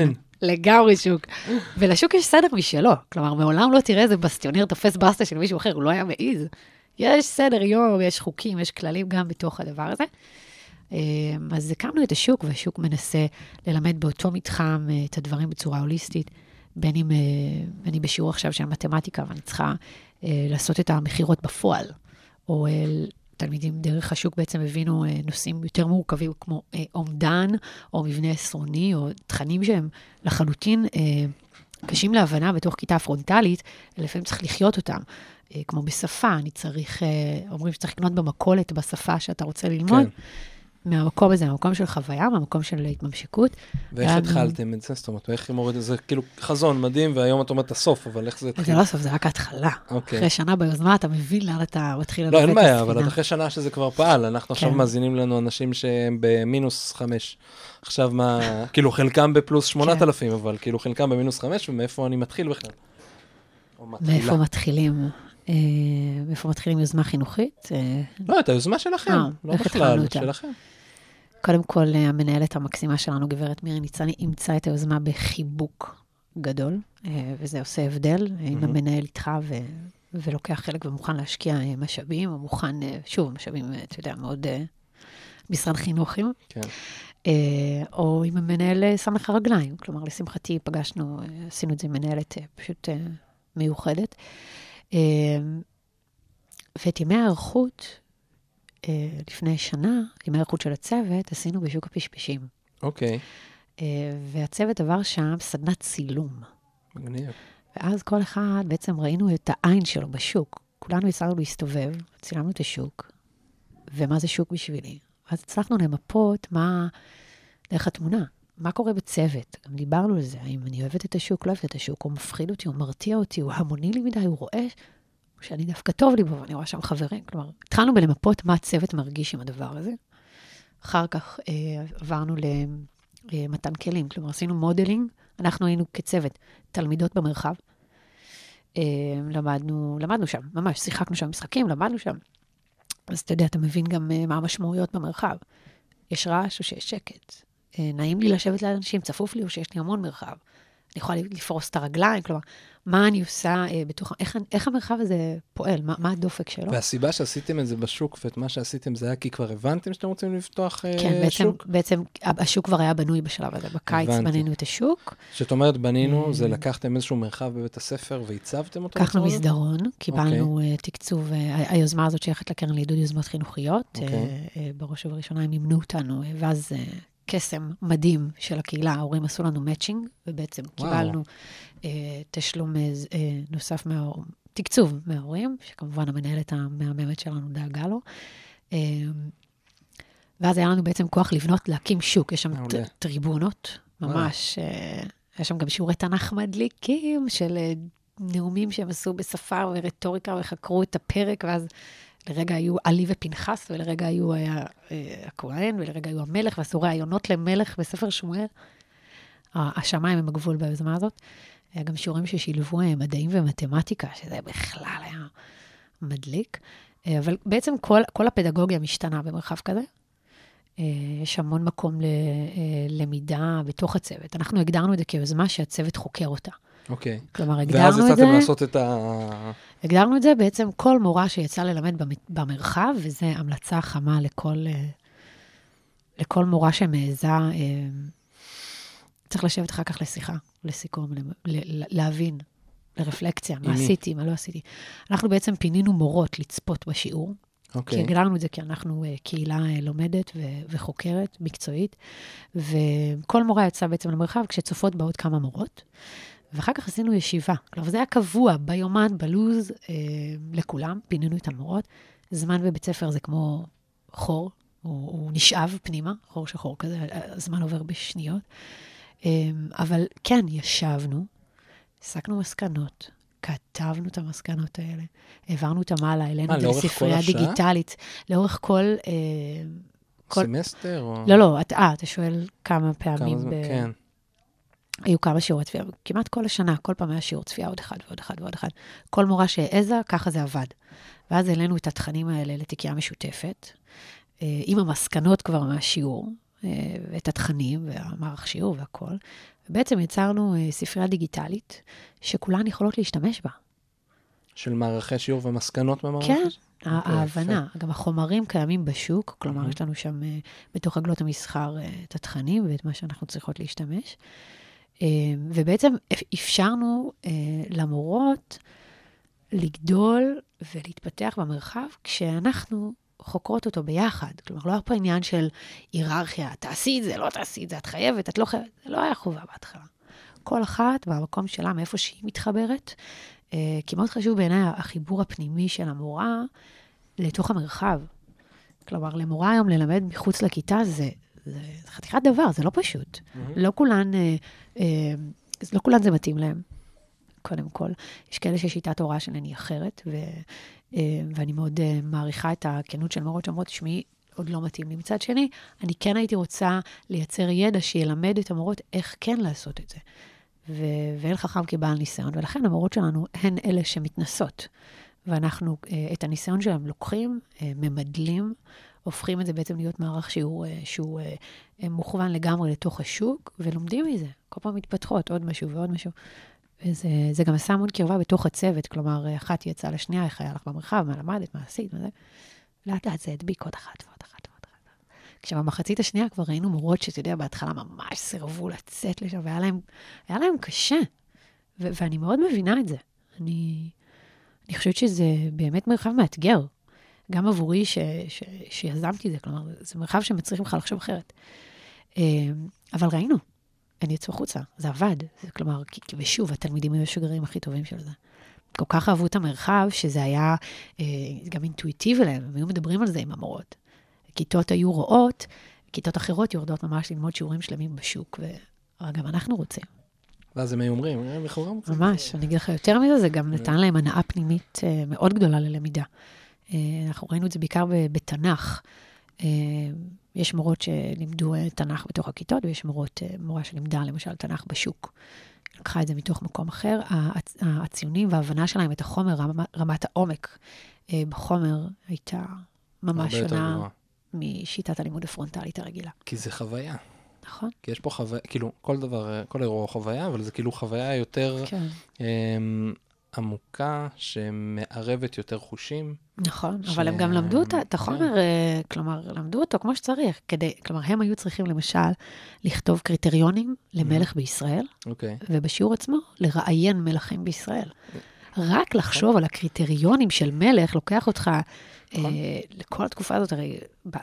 לגמרי שוק. ולשוק יש סדר משלו. כלומר, מעולם לא תראה איזה בסטיונר תופס בסטה של מישהו אחר, הוא לא היה מעיז. יש סדר יום, יש חוקים, יש כללים גם בתוך הדבר הזה. אז הקמנו את השוק, והשוק מנסה ללמד באותו מתחם את הדברים בצורה הוליסטית, בין אם אני בשיעור עכשיו של מתמטיקה, ואני צריכה לעשות את המחירות בפועל, או תלמידים דרך השוק בעצם הבינו נושאים יותר מורכבים, כמו אומדן, או מבנה עשרוני, או תכנים שהם לחלוטין קשים להבנה בתוך כיתה פרונטלית, לפעמים צריך לחיות אותם. כמו בשפה, אני צריך, אומרים שצריך לקנות במכולת בשפה שאתה רוצה ללמוד, כן. מהמקום הזה, מהמקום של חוויה, מהמקום של התממשקות. ואיך התחלתם את זה? זאת אומרת, ואיך היא מוריד את זה? כאילו חזון מדהים, והיום את אומרת הסוף, אבל איך זה התחיל? זה לא הסוף, זה רק ההתחלה. אחרי שנה ביוזמה, אתה מבין לאן אתה מתחיל לא, אין בעיה, אבל אחרי שנה שזה כבר פעל, אנחנו עכשיו מאזינים לנו אנשים שהם במינוס חמש. עכשיו מה, כאילו חלקם בפלוס שמונת אלפים, אבל כאילו חלקם במינוס חמש, ומאיפה אני מתחיל בכלל? מאיפה מתחילים? מאיפה מתחילים יוזמה חינוכית? לא, את היוזמה שלכם, לא בכלל, שלכם. קודם כל, המנהלת המקסימה שלנו, גברת מירי ניצני, אימצה את היוזמה בחיבוק גדול, וזה עושה הבדל, אם המנהל איתך ולוקח חלק ומוכן להשקיע משאבים, או מוכן, שוב, משאבים, אתה יודע, מאוד משרד חינוכים, או אם המנהל שם לך רגליים, כלומר, לשמחתי פגשנו, עשינו את זה עם מנהלת פשוט מיוחדת, ואת ימי הערכות, לפני שנה, ימי הערכות של הצוות, עשינו בשוק הפשפשים. אוקיי. והצוות עבר שם סדנת צילום. מגניב. ואז כל אחד, בעצם ראינו את העין שלו בשוק. כולנו יצאנו להסתובב, צילמנו את השוק, ומה זה שוק בשבילי. ואז הצלחנו למפות מה, דרך התמונה, מה קורה בצוות. גם דיברנו על זה, האם אני אוהבת את השוק, לא אוהבת את השוק, הוא מפחיד אותי, הוא מרתיע אותי, הוא המוני לי מדי, הוא רואה שאני דווקא טוב לי בו, ואני רואה שם חברים. כלומר, התחלנו בלמפות מה הצוות מרגיש עם הדבר הזה. אחר כך אה, עברנו למתן כלים, כלומר, עשינו מודלינג, אנחנו היינו כצוות תלמידות במרחב, אה, למדנו, למדנו שם, ממש, שיחקנו שם משחקים, למדנו שם. אז אתה יודע, אתה מבין גם אה, מה המשמעויות במרחב. יש רעש או שיש שקט. אה, נעים לי לשבת לאנשים, צפוף לי או שיש לי המון מרחב. אני יכולה לפרוס את הרגליים, כלומר, מה אני עושה אה, בתוך, איך, איך המרחב הזה פועל, מה, מה הדופק שלו? והסיבה שעשיתם את זה בשוק, ואת מה שעשיתם זה היה כי כבר הבנתם שאתם רוצים לפתוח אה, כן, בעצם, שוק? כן, בעצם השוק כבר היה בנוי בשלב הזה, בקיץ הבנתי. בנינו את השוק. שאת אומרת בנינו, זה לקחתם איזשהו מרחב בבית הספר והצבתם אותו? לקחנו מסדרון, קיבלנו okay. תקצוב, היוזמה הזאת שייכת לקרן לעידוד יוזמות חינוכיות, okay. בראש ובראשונה הם נמנו אותנו, ואז קסם מדהים של הקהילה, ההורים עשו לנו מאצ'ינג, ובעצם וואו. קיבלנו אה, תשלום אה, נוסף מההורים, תקצוב מההורים, שכמובן המנהלת המהממת שלנו דאגה לו. אה, ואז היה לנו בעצם כוח לבנות, להקים שוק, יש שם ט, טריבונות, ממש, אה, יש שם גם שיעורי תנ"ך מדליקים, של אה, נאומים שהם עשו בשפה ורטוריקה, וחקרו את הפרק, ואז לרגע היו עלי ופנחס, ולרגע היו היה, אה, הכהן, ולרגע היו המלך, ועשו רעיונות למלך בספר שמואל. השמיים הם הגבול ביוזמה הזאת. היה גם שיעורים ששילבו מדעים ומתמטיקה, שזה בכלל היה מדליק. אה, אבל בעצם כל, כל הפדגוגיה משתנה במרחב כזה. אה, יש המון מקום ללמידה בתוך הצוות. אנחנו הגדרנו את זה כיוזמה שהצוות חוקר אותה. אוקיי. כלומר, הגדרנו את זה... ואז הצעתם לעשות את ה... הגדרנו את זה בעצם כל מורה שיצא ללמד במרחב, וזו המלצה חמה לכל, לכל מורה שמעזה, צריך לשבת אחר כך לשיחה, לסיכום, להבין, לרפלקציה, מה עשיתי, מה לא עשיתי. אנחנו בעצם פינינו מורות לצפות בשיעור, כי הגדרנו את זה כי אנחנו קהילה לומדת וחוקרת, מקצועית, וכל מורה יצא בעצם למרחב כשצופות בעוד כמה מורות, ואחר כך עשינו ישיבה. כלומר, זה היה קבוע ביומן, בלוז, אה, לכולם, פינינו את המורות. זמן בבית ספר זה כמו חור, הוא, הוא נשאב פנימה, חור שחור כזה, הזמן עובר בשניות. אה, אבל כן, ישבנו, הסקנו מסקנות, כתבנו את המסקנות האלה, העברנו אותם הלאה, אלינו לספרייה דיגיטלית, לאורך כל... אה, כל... סמסטר? או... לא, לא, אתה, אה, אתה שואל כמה פעמים... כמה... ב... כן. היו כמה שיעורי צפייה, כמעט כל השנה, כל פעם היה שיעור צפייה, עוד אחד ועוד אחד ועוד אחד. כל מורה שהעזה, ככה זה עבד. ואז העלינו את התכנים האלה לתיקייה משותפת, עם המסקנות כבר מהשיעור, את התכנים והמערך שיעור והכל, בעצם יצרנו ספרייה דיגיטלית, שכולן יכולות להשתמש בה. של מערכי שיעור ומסקנות במערכי? כן, ההבנה. גם החומרים קיימים בשוק, כלומר, Mm-hmm. יש לנו שם בתוך עגלות המסחר את התכנים ואת מה שאנחנו צריכות להשתמש. ובעצם אפשרנו למורות לגדול ולהתפתח במרחב, כשאנחנו חוקרות אותו ביחד. כלומר, לא היה פה עניין של היררכיה, תעשי את זה, לא תעשי את זה, את חייבת, את לא חייבת. זה לא היה חובה בהתחלה. כל אחת במקום שלה, מאיפה שהיא מתחברת, כי מאוד חשוב בעיניי החיבור הפנימי של המורה לתוך המרחב. כלומר, למורה היום ללמד מחוץ לכיתה, זה, זה חתיכת דבר, זה לא פשוט. Mm-hmm. לא כולן, אה, אה, לא כולן זה מתאים להם, קודם כל. יש כאלה ששיטת הוראה שלהן היא אחרת, ו, אה, ואני מאוד אה, מעריכה את הכנות של מורות שאומרות, תשמעי, עוד לא מתאים לי. מצד שני, אני כן הייתי רוצה לייצר ידע שילמד את המורות איך כן לעשות את זה. ו- ואין חכם כבעל ניסיון, ולכן המורות שלנו הן אלה שמתנסות, ואנחנו את הניסיון שלהם לוקחים, ממדלים, הופכים את זה בעצם להיות מערך שהוא, שהוא מוכוון לגמרי לתוך השוק, ולומדים מזה, כל פעם מתפתחות עוד משהו ועוד משהו, וזה זה גם עשה המון קרבה בתוך הצוות, כלומר, אחת יצאה לשנייה, איך היה לך במרחב, מה למדת, מה עשית, מה זה, לאט לאט זה הדביק עוד אחת ועוד אחת. כשבמחצית השנייה כבר ראינו מורות שאתה יודע, בהתחלה ממש סירבו לצאת לשם, והיה להם, היה להם קשה. ו- ואני מאוד מבינה את זה. אני, אני חושבת שזה באמת מרחב מאתגר. גם עבורי ש- ש- שיזמתי זה, כלומר, זה מרחב שמצריך ממך לחשוב אחרת. אבל ראינו, הם יצאו חוצה, זה עבד. זה, כלומר, ושוב, התלמידים היו השגרירים הכי טובים של זה. כל כך אהבו את המרחב, שזה היה גם אינטואיטיבי להם, הם היו מדברים על זה עם המורות. כיתות היו רואות, כיתות אחרות יורדות ממש ללמוד שיעורים שלמים בשוק, וגם אנחנו רוצים. ואז הם היו אומרים, ממש, אני אגיד לך יותר מזה, זה גם נתן להם הנאה פנימית מאוד גדולה ללמידה. אנחנו ראינו את זה בעיקר בתנ"ך. יש מורות שלימדו תנ"ך בתוך הכיתות, ויש מורות, מורה שלימדה למשל תנ"ך בשוק. לקחה את זה מתוך מקום אחר. הציונים וההבנה שלהם את החומר, רמת העומק בחומר הייתה ממש שונה משיטת הלימוד הפרונטלית הרגילה. כי זה חוויה. נכון. כי יש פה חוויה, כאילו, כל דבר, כל אירוע חוויה, אבל זה כאילו חוויה יותר כן. אמ, עמוקה, שמערבת יותר חושים. נכון, ש... אבל הם גם למדו אותה, את החומר, כן. כלומר, למדו אותו כמו שצריך, כדי, כלומר, הם היו צריכים למשל לכתוב קריטריונים למלך mm-hmm. בישראל, אוקיי. ובשיעור עצמו לראיין מלכים בישראל. רק לחשוב על הקריטריונים של מלך, לוקח אותך אה, לכל התקופה הזאת, הרי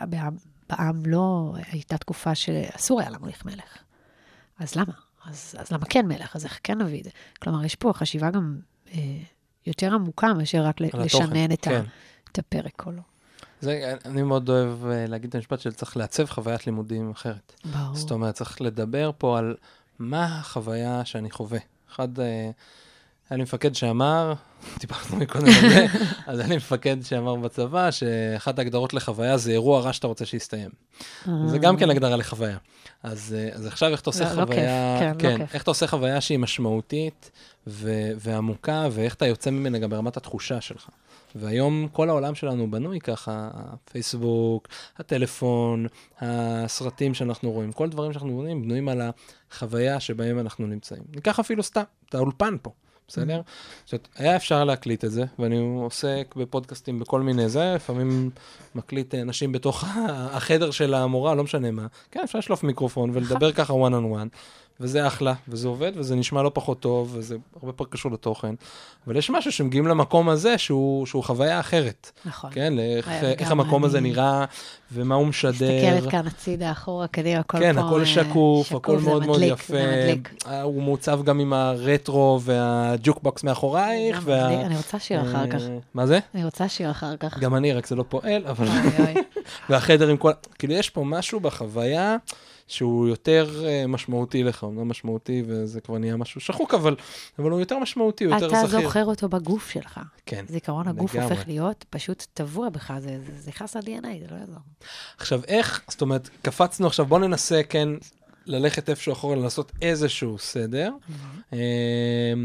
בעם לא הייתה תקופה שאסור היה למוליך מלך. אז למה? אז, אז למה כן מלך? אז איך כן נביא את זה? כלומר, יש פה חשיבה גם אה, יותר עמוקה, מאשר רק לשנן את, כן. ה, את הפרק כולו. זה, אני מאוד אוהב להגיד את המשפט של צריך לעצב חוויית לימודים אחרת. ברור. זאת אומרת, צריך לדבר פה על מה החוויה שאני חווה. אחד... אה, היה לי מפקד שאמר, טיפחנו מקודם על זה, אז היה לי מפקד שאמר בצבא, שאחת ההגדרות לחוויה זה אירוע רע שאתה רוצה שיסתיים. זה גם כן הגדרה לחוויה. אז, אז עכשיו איך אתה עושה חוויה, כן, כן, איך אתה עושה חוויה שהיא משמעותית ועמוקה, ואיך אתה יוצא ממנה גם ברמת התחושה שלך. והיום כל העולם שלנו בנוי ככה, הפייסבוק, הטלפון, הסרטים שאנחנו רואים, כל דברים שאנחנו רואים, בנויים על החוויה שבהם אנחנו נמצאים. ניקח אפילו סתם, את האולפן פה. בסדר? זאת, היה אפשר להקליט את זה, ואני עוסק בפודקאסטים בכל מיני זה, לפעמים מקליט אנשים בתוך החדר של המורה, לא משנה מה. כן, אפשר לשלוף מיקרופון ולדבר ככה one on one, וזה אחלה, וזה עובד, וזה נשמע לא פחות טוב, וזה הרבה פעמים קשור לתוכן. אבל יש משהו שמגיעים למקום הזה שהוא, שהוא חוויה אחרת. נכון. כן, איך, איך המקום הזה נראה, ומה הוא משדר. מסתכלת כאן הצידה, אחורה, קדימה, הכל כן, פה. כן, הכל שקוף, שקוף הכל מאוד מאוד יפה. זה הוא מעוצב גם עם הרטרו והג'וקבוקס מאחורייך. וה... אני רוצה שיר אחר כך. מה זה? אני רוצה שיר אחר כך. גם אני, רק זה לא פועל, אבל... והחדר עם כל... כאילו, יש פה משהו בחוויה שהוא יותר משמעותי לך, הוא לא משמעותי, וזה כבר נהיה משהו שחוק, אבל, אבל הוא יותר משמעותי, הוא יותר זכיר. אתה זוכר אותו בגוף שלך. כן. זיכרון הגוף לגמרי. הופך להיות פשוט טבוע בך, זה, זה, זה נכנס ל-די אן איי, זה לא יעזור. עכשיו, איך, זאת אומרת, קפצנו עכשיו, בוא ננסה, כן, ללכת איפשהו אחורה, לנסות איזשהו סדר. Mm-hmm.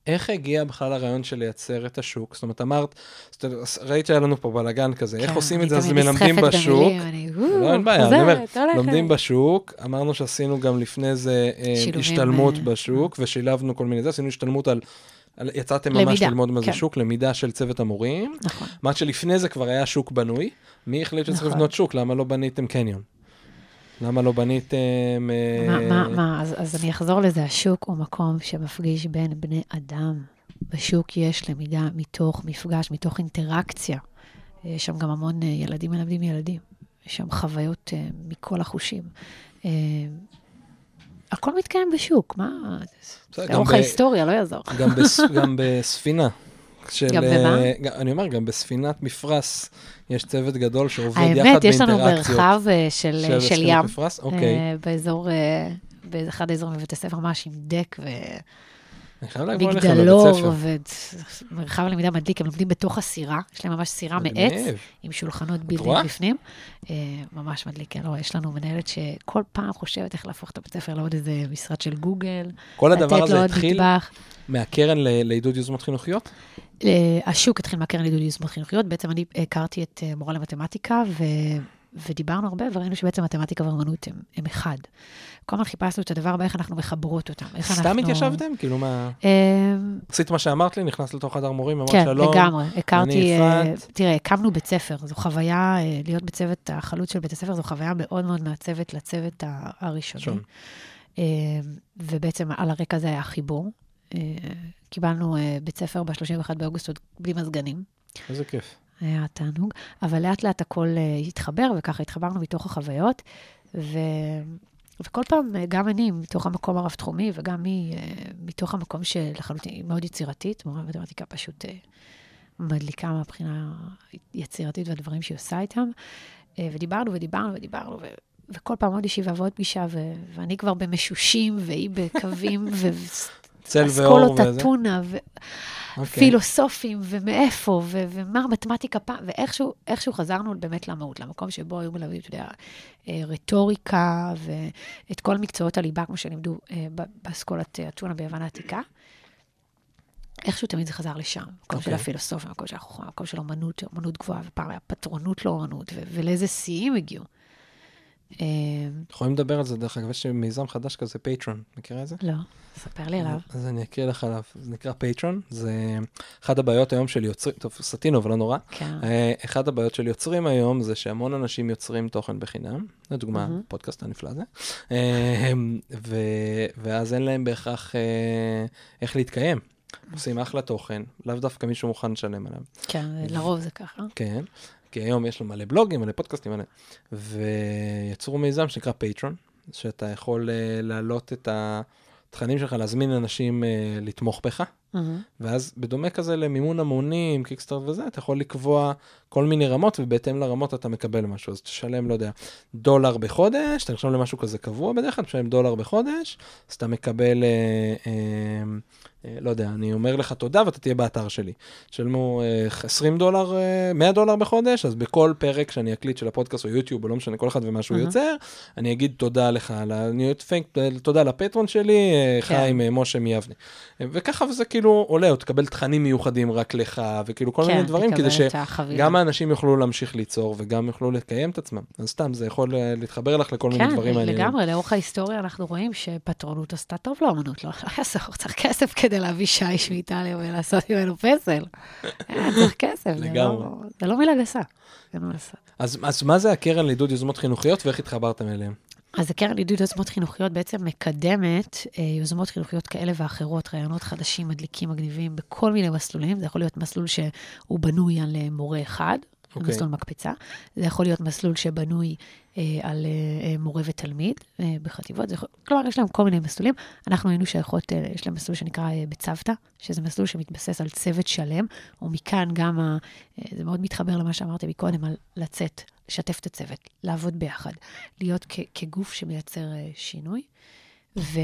איך הגיע בכלל הרעיון של לייצר את השוק? זאת אומרת, אמרת, ראית שהיה לנו פה בלגן כזה, איך עושים את זה? אז מלמדים בשוק. לא, אין בעיה, אני אומר, לומדים בשוק, אמרנו שעשינו גם לפני זה השתלמות בשוק, ושילבנו כל מיני זה, עשינו השתלמות על, יצאתם ממש ללמוד מה זה שוק, למידה של צוות המורים. נכון. מה שלפני זה כבר היה שוק בנוי, מי החליט שצריך לבנות שוק? למה לא בניתם קניון? למה לא בניתם... מה, מה, מה? אז, אז אני אחזור לזה. השוק הוא מקום שמפגיש בין בני אדם. בשוק יש למידה מתוך מפגש, מתוך אינטראקציה. יש שם גם המון ילדים מלמדים ילדים. יש שם חוויות מכל החושים. הכל מתקיים בשוק. מה? זה אורך ההיסטוריה, לא יעזור. גם, בס, גם בספינה. של, גם במה? אני אומר, גם בספינת מפרס יש צוות גדול שעובד יחד באינטראקציות. האמת, יש לנו מרחב של, של, של ים, מפרס? אוקיי. באזור, באחד האזורים בבית הספר, ממש עם דק ומגדלור, ומרחב למידה מדליק, הם לומדים בתוך הסירה, יש להם ממש סירה מעץ, עם שולחנות בילדים בפנים, ממש מדליק, לא, יש לנו מנהלת שכל פעם חושבת איך להפוך את הבית הספר לעוד איזה משרד של גוגל, כל הדבר הזה התחיל מהקרן לעידוד יוזמות חינוכיות? השוק התחיל מהקרן לעידוד יוזמות חינוכיות, בעצם אני הכרתי את מורה למתמטיקה, ודיברנו הרבה, וראינו שבעצם מתמטיקה ואמנות הם אחד. כל הזמן חיפשנו את הדבר באיך אנחנו מחברות אותם. סתם התיישבתם? כאילו מה... עשית מה שאמרת לי, נכנס לתוך חדר מורים, אמרת שלום. כן, לגמרי. הכרתי, תראה, הקמנו בית ספר, זו חוויה, להיות בצוות החלוץ של בית הספר, זו חוויה מאוד מאוד מעצבת לצוות הראשוני. ובעצם על הרקע הזה היה חיבור. קיבלנו בית ספר ב-שלושים ואחד באוגוסט עוד בלי מזגנים. איזה כיף. היה תענוג, אבל לאט לאט הכל התחבר, וככה התחברנו מתוך החוויות, ו... וכל פעם, גם אני, מתוך המקום הרב-תחומי, וגם מי, מתוך המקום שלחלוטין מאוד יצירתית, מורה מתמטיקה פשוט מדליקה מהבחינה יצירתית והדברים שהיא עושה איתם, ודיברנו ודיברנו ודיברנו, ו... וכל פעם עוד ישיבה ועוד פגישה, ו... ואני כבר במשושים, והיא בקווים, ו... צל ואור וזה. אסכולות אתונה, ופילוסופים, ומאיפה, ו- ומה המתמטיקה פעם, ואיכשהו איכשהו חזרנו באמת למהות, למקום שבו היו מלווים, אתה יודע, רטוריקה, ואת כל מקצועות הליבה, כמו שלימדו באסכולת אתונה ביוון העתיקה. איכשהו תמיד זה חזר לשם, מקום של הפילוסופיה, מקום של החוכמה, מקום של אומנות, אומנות גבוהה, ופעם היה פטרונות לאומנות, ו- ולאיזה שיאים הגיעו. יכולים לדבר על זה, דרך אגב, יש מיזם חדש כזה, פייטרון, מכירה את זה? לא, ספר לי עליו. אז אני אקריא לך עליו, זה נקרא פייטרון, זה אחד הבעיות היום של יוצרים, טוב, סטינו, אבל לא נורא. אחד הבעיות של יוצרים היום, זה שהמון אנשים יוצרים תוכן בחינם, לדוגמה, פודקאסט הנפלא הזה, ואז אין להם בהכרח איך להתקיים. עושים אחלה תוכן, לאו דווקא מישהו מוכן לשלם עליו. כן, לרוב זה ככה. כן. כי היום יש לו מלא בלוגים, מלא פודקאסטים, מלא. ויצרו מיזם שנקרא פייטרון, שאתה יכול uh, להעלות את התכנים שלך, להזמין אנשים uh, לתמוך בך, mm-hmm. ואז בדומה כזה למימון המונים, קיקסטארט וזה, אתה יכול לקבוע כל מיני רמות, ובהתאם לרמות אתה מקבל משהו. אז תשלם, לא יודע, דולר בחודש, אתה נרשם למשהו כזה קבוע בדרך כלל, תשלם דולר בחודש, אז אתה מקבל... Uh, uh, לא יודע, אני אומר לך תודה, ואתה תהיה באתר שלי. שלמו עשרים דולר, מאה דולר בחודש, אז בכל פרק שאני אקליט של הפודקאסט או יוטיוב, או לא משנה, כל אחד ומה שהוא יוצר, אני אגיד תודה לך, תודה לפטרון שלי, חיים משה מיבני. וככה וזה כאילו עולה, או תקבל תכנים מיוחדים רק לך, וכאילו כל מיני דברים, כדי שגם האנשים יוכלו להמשיך ליצור, וגם יוכלו לקיים את עצמם. אז סתם, זה יכול להתחבר לך לכל מיני דברים מעניינים. כן, לגמרי, לאורך ההיסטוריה אנחנו רואים שפטרונות עשתה טוב לאמנות, לא יעזור, צריך כסף כדי להביא שיש מאיטליה ולעשות ממנו פסל. צריך כסף, זה לא מילה גסה. אז מה זה הקרן לעידוד יוזמות חינוכיות, ואיך התחברתם אליהם? אז הקרן לעידוד יוזמות חינוכיות בעצם מקדמת יוזמות חינוכיות כאלה ואחרות, רעיונות חדשים, מדליקים, מגניבים, בכל מיני מסלולים. זה יכול להיות מסלול שהוא בנוי על מורה אחד, okay. מסלול מקפצה. זה יכול להיות מסלול שבנוי אה, על אה, מורה ותלמיד אה, בחטיבות. זה יכול... כלומר, יש להם כל מיני מסלולים. אנחנו היינו שייכות, אה, יש להם מסלול שנקרא אה, בצוותא, שזה מסלול שמתבסס על צוות שלם, ומכאן גם, ה... אה, זה מאוד מתחבר למה שאמרתי מקודם, על לצאת, לשתף את הצוות, לעבוד ביחד, להיות כ- כגוף שמייצר אה, שינוי. ו...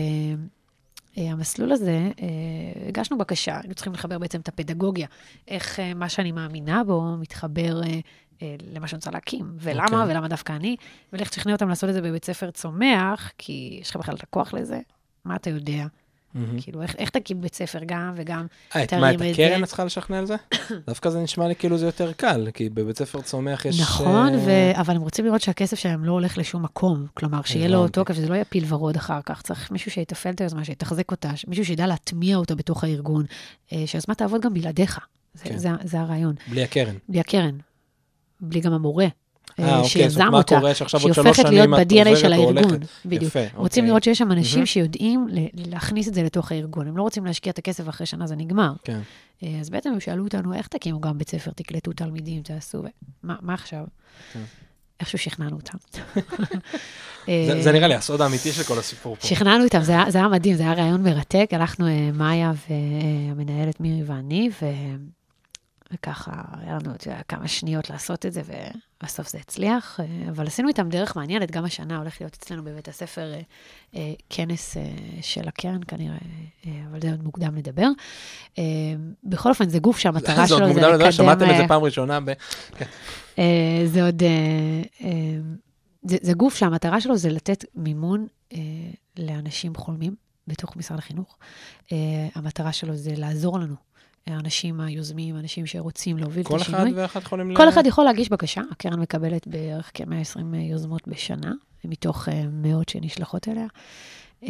המסלול הזה, הגשנו בקשה, היינו צריכים לחבר בעצם את הפדגוגיה, איך מה שאני מאמינה בו מתחבר למה שאני רוצה להקים, ולמה, ולמה דווקא אני, ולך תשכנע אותם לעשות את זה בבית ספר צומח, כי יש לך בכלל את הכוח לזה, מה אתה יודע, כאילו, איך, איך תקים בית ספר גם וגם אה, תרים מה, את זה? את הקרן את צריכה לשכנע על זה? דווקא זה נשמע לי כאילו זה יותר קל, כי בבית ספר צומח יש... נכון, ו... אבל הם רוצים לראות שהכסף שלהם לא הולך לשום מקום. כלומר, שיהיה לו תוקף, שזה לא יפיל ורוד אחר כך. צריך מישהו שיתפעל את היוזמה, שיתחזק אותה, מישהו שידע להטמיע אותה בתוך הארגון, שהיוזמה תעבוד גם בלעדיך. זה, כן. זה, זה הרעיון. בלי הקרן. בלי הקרן. בלי גם המורה. אה, אוקיי, שיזם זאת מה אותה, קורה שעכשיו עוד שהיא שלוש הופכת להיות שנים את ב-די אן איי עוברת של או הארגון. הולכת. בדיוק. יפה, רוצים אוקיי. לראות שיש שם אנשים Mhm. שיודעים ל- להכניס את זה לתוך הארגון. הם לא רוצים להשקיע את הכסף אחרי שנה, זה נגמר. כן. אה, אז בעצם הם שאלו אותנו, איך תקימו גם בית ספר, תקלטו תלמידים, תעשו, ו- מה מה עכשיו? כן. איכשהו שכנענו אותם. זה- זה נראה לי הסוד האמיתי של כל הסיפור פה. שכנענו אותם, זה היה- זה היה מדהים, זה היה רעיון מרתק. הלכנו אה, מאיה והמנהלת מירי ואני, ו... וככה, היה לנו את כמה שניות לעשות את זה, ובסוף זה הצליח. אבל עשינו איתם דרך מעניינת, גם השנה הולך להיות אצלנו בבית הספר אה, אה, כנס אה, של הקרן, כנראה, אה, אבל זה עוד מוקדם לדבר. אה, בכל אופן, זה גוף שהמטרה זה עוד שלו זה מוקדם לדבר, לקדם... שמעתם את זה אה, פעם ראשונה ב... אה, זה עוד... אה, אה, זה, זה גוף שהמטרה שלו זה לתת מימון אה, לאנשים חולמים בתוך משרד החינוך. אה, המטרה שלו זה לעזור לנו. האנשים היוזמים, אנשים שרוצים להוביל את כל השינוי. אחד ואחד יכולים... כל ל- אחד יכול להגיש בקשה. הקרן מקבלת בערך כ-מאה ועשרים יוזמות בשנה, מתוך uh, מאות שנשלחות אליה. Uh,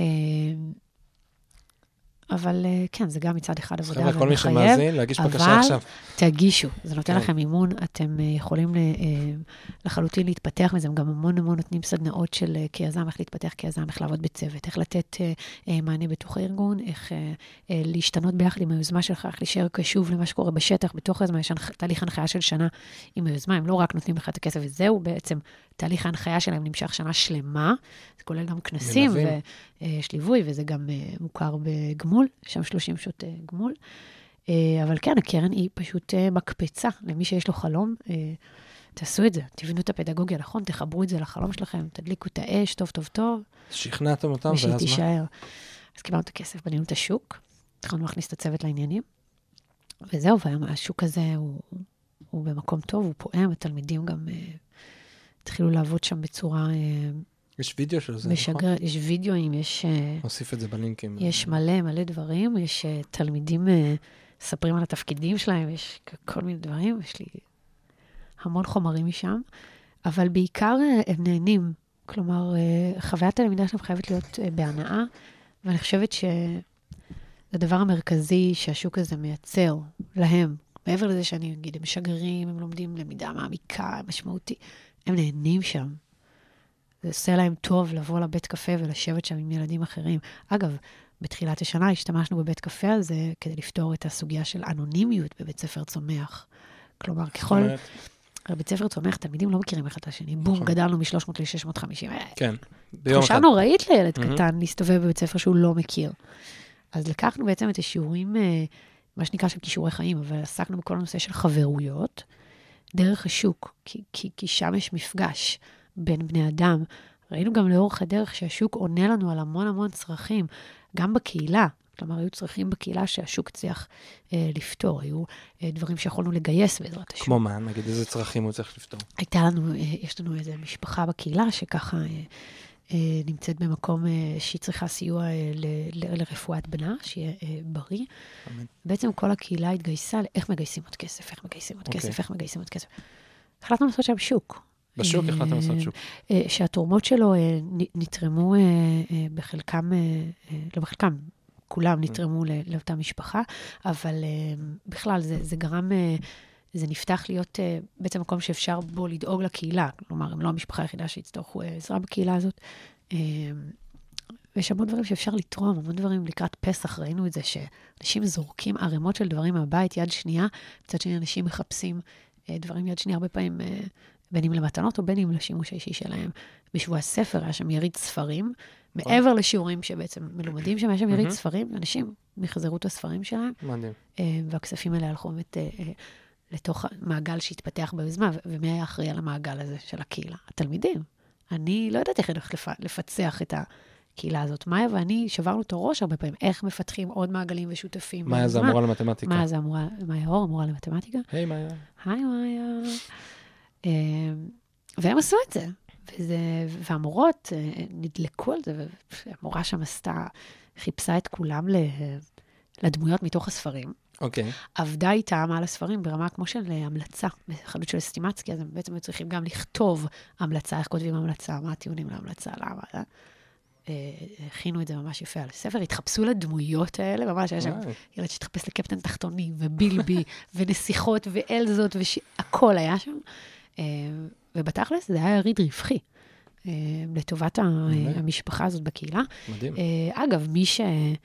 אבל uh, כן, זה גם מצד אחד עבודה חבר'ה, כל מי ומחייב, שמאזין, להגיש בקשה עכשיו. אבל תגישו. זה נותן כן. לכם מימון, אתם uh, יכולים uh, לחלוטין להתפתח מזה, הם גם המון המון נותנים סדנאות של uh, כיזם, איך להתפתח כיזם, איך לעבוד בצוות, איך לתת uh, uh, מענה בתוך הארגון, איך uh, uh, להשתנות ביחד עם היוזמה שלך, איך להישאר קשוב למה שקורה בשטח, בתוך היוזמה, יש הנח- תהליך הנחיה של שנה עם היוזמה, הם לא רק נותנים לך את הכסף, וזהו בעצם, תהליך ההנחיה שלהם נמשך שנה שלמה, זה כולל גם כנסים, מלווים. ויש ליווי, וזה גם uh, מוכר בגמול, שם שלושים שעות uh, גמול. Uh, אבל כן, הקרן היא פשוט uh, מקפצה למי שיש לו חלום. Uh, תעשו את זה, תבנו את הפדגוגיה, נכון? תחברו את זה לחלום שלכם, תדליקו את האש, טוב, טוב, טוב, שכנעתם אותם, ושהיא ואז מה? תישאר. אז קיבלנו את הכסף, בנינו את השוק, התחלנו להכניס את הצוות לעניינים, וזהו, והיום השוק הזה הוא, הוא במקום טוב, הוא פועם, התלמידים גם uh, התחילו לעבוד שם בצורה uh, יש וידאו של זה, נכון? משגרת, יש וידאוים, יש... Uh, נוסיף את זה בלינקים. יש מלא, מלא דברים, יש uh, תלמידים uh, ספרים על התפקידים שלהם, יש כל מיני דברים, יש לי המון חומרים משם, אבל בעיקר uh, הם נהנים. כלומר, uh, חוויית הלמידה שלהם חייבת להיות uh, בהנאה, ואני חושבת שהדבר המרכזי שהשוק הזה מייצר להם, מעבר לזה שאני אגיד, הם משגרים, הם לומדים למידה מעמיקה, משמעותי, הם נהנים שם. זה עושה להם טוב לבוא לבית קפה ולשבת שם עם ילדים אחרים. אגב, בתחילת השנה השתמשנו בבית קפה הזה כדי לפתור את הסוגיה של אנונימיות בבית ספר צומח. כלומר, ככל... בבית ספר צומח, תלמידים לא מכירים אחד את השני. בום, גדלנו מ-שלוש מאות ל-שש מאות וחמישים. כן, ביום אחד. תחושה נוראית לילד קטן להסתובב בבית ספר שהוא לא מכיר. אז לקחנו בעצם את השיעורים, מה שנקרא של כישורי חיים, אבל עסקנו בכל הנושא של חברויות, דרך השוק, כי, כי, כי שם יש מפגש בין בני אדם. ראינו גם לאורך הדרך שהשוק עונה לנו על המון המון צרכים, גם בקהילה. כלומר, היו צרכים בקהילה שהשוק צריך אה, לפתור. היו אה, דברים שיכולנו לגייס בעזרת השוק. כמו מה? נגיד, איזה צרכים הוא צריך לפתור? הייתה לנו, אה, יש לנו איזו משפחה בקהילה שככה אה, אה, נמצאת במקום אה, שהיא צריכה סיוע אה, ל, ל, לרפואת בנה, שיהיה אה, בריא. אמן. בעצם כל הקהילה התגייסה לאיך מגייסים עוד כסף, איך מגייסים עוד אוקיי. כסף, איך מגייסים עוד כסף. החלטנו לעשות שם שוק. בשוק אה, החלטתם לעשות שוק. אה, שהתורמות שלו אה, נ- נתרמו אה, אה, בחלקם, אה, אה, לא בחלקם, כולם נתרמו ל- לאותה משפחה, אבל uh, בכלל זה, זה גרם, uh, זה נפתח להיות uh, בעצם מקום שאפשר בו לדאוג לקהילה. כלומר, הם לא המשפחה היחידה שיצטרכו uh, עזרה בקהילה הזאת. Uh, ויש המון דברים שאפשר לתרום, המון דברים לקראת פסח, ראינו את זה שאנשים זורקים ערימות של דברים מהבית, יד שנייה, מצד שני אנשים מחפשים uh, דברים יד שנייה, הרבה פעמים uh, בין אם למתנות או בין אם לשימוש האישי שלהם. בשבוע הספר היה שם יריד ספרים, מעבר לשיעורים שבעצם מלומדים שם, יש שם יריד ספרים, אנשים מחזרו את הספרים שלהם, מדהים. והכספים האלה הלכו באמת לתוך מעגל שהתפתח ביוזמה, ומי היה אחראי על המעגל הזה של הקהילה? התלמידים. אני לא יודעת איך הולך לפצח את הקהילה הזאת. מאיה ואני שברנו את הראש הרבה פעמים, איך מפתחים עוד מעגלים ושותפים. מאיה זה המורה למתמטיקה. מאיה זה המורה, מאיה אור, המורה למתמטיקה. היי מאיה. היי מאיה. והם עשו את זה. וזה, והמורות נדלקו על זה, והמורה שם עשתה חיפשה את כולם לדמויות מתוך הספרים. אוקיי. עבדה איתם על הספרים ברמה כמו של המלצה, בחלות של סטימצקי, אז הם בעצם צריכים גם לכתוב המלצה, איך כותבים המלצה, מה הטיעונים להמלצה, למה, הכינו את זה ממש יפה על הספר, התחפשו לדמויות האלה, ממש היה שם ילד שהתחפש לקפטן תחתונים, ובילבי, ונסיכות, ואלזות, והכל היה שם. ובתכלס זה היה יריד רווחי, לטובת המשפחה הזאת בקהילה. מדהים. אגב, מי ש...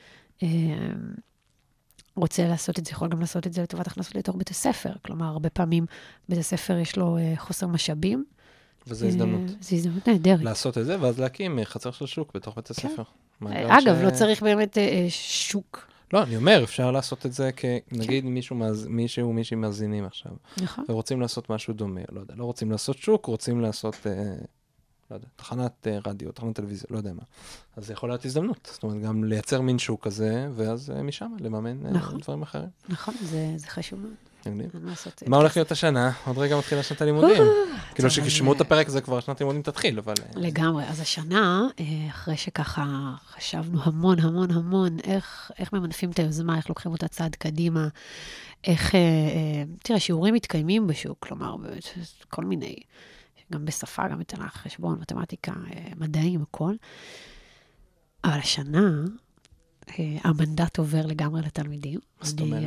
רוצה לעשות את זה, יכול גם לעשות את זה לטובת הכנסות לתוך בית הספר. כלומר, הרבה פעמים בית הספר יש לו חוסר משאבים. וזו הזדמנות. זו הזדמנות נהדרת. לעשות את זה, ואז להקים חצר של שוק בתוך בית הספר. אגב, לא צריך באמת שוק. לא, אני אומר, אפשר לעשות את זה כנגיד מישהו, מישהי מאזינים עכשיו. נכון. ורוצים לעשות משהו דומה, לא יודע, לא רוצים לעשות שוק, רוצים לעשות... לא יודע, תחנת רדיו, תחנת טלוויזיה, לא יודע מה. אז זה יכול להיות הזדמנות. זאת אומרת, גם לייצר מין שוק כזה, ואז משם לממן נכון. דברים אחרים. נכון, זה, זה חשוב מאוד. מה הולך להיות השנה? עוד רגע מתחילה שנת הלימודים. כאילו שכשמעו את הפרק זה כבר שנת לימודים תתחיל, אבל... לגמרי. אז השנה, אחרי שככה חשבנו המון, המון, המון, איך, איך ממנפים את היוזמה, איך לוקחים אותה צעד קדימה, איך... תראה, שיעורים מתקיימים בשוק, כלומר, כל מיני... גם בשפה, גם בתנ"ך, חשבון, מתמטיקה, מדעים, הכל. אבל השנה, המנדט עובר לגמרי לתלמידים. זאת אומרת?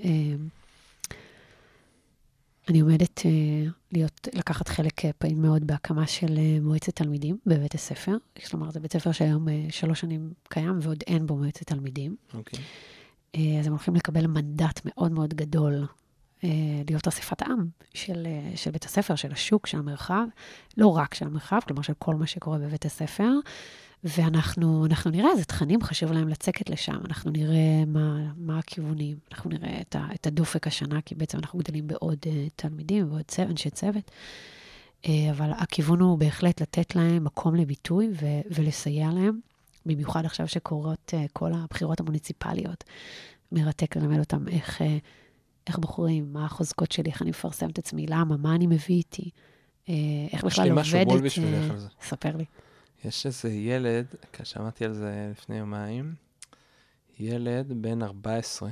אני עומדת להיות, לקחת חלק פעיל מאוד בהקמה של מועצת תלמידים בבית הספר. כלומר, זה בית ספר שהיום שלוש שנים קיים, ועוד אין בו מועצת תלמידים. אוקיי. אז הם הולכים לקבל מנדט מאוד מאוד גדול, להיות אספת העם של, של בית הספר, של השוק, של המרחב, לא רק של המרחב, כלומר של כל מה שקורה בבית הספר, ואנחנו אנחנו נראה איזה תכנים חשוב להם לצקת לשם, אנחנו נראה מה, מה הכיוונים, אנחנו נראה את, ה, את הדופק השנה, כי בעצם אנחנו גדלים בעוד uh, תלמידים ועוד צוות, אנשי צוות, uh, אבל הכיוון הוא בהחלט לתת להם מקום לביטוי ו, ולסייע להם, במיוחד עכשיו שקורות uh, כל הבחירות המוניציפליות, מרתק ללמד אותם איך... Uh, איך בוחרים, מה החוזקות שלי, איך אני מפרסם את עצמי, למה, מה אני מביא איתי, איך בכלל עובדת. יש לי משהו בול בשבילך על זה. ספר לי. יש איזה ילד, כששמעתי על זה לפני יומיים, ילד בן ארבע עשרה,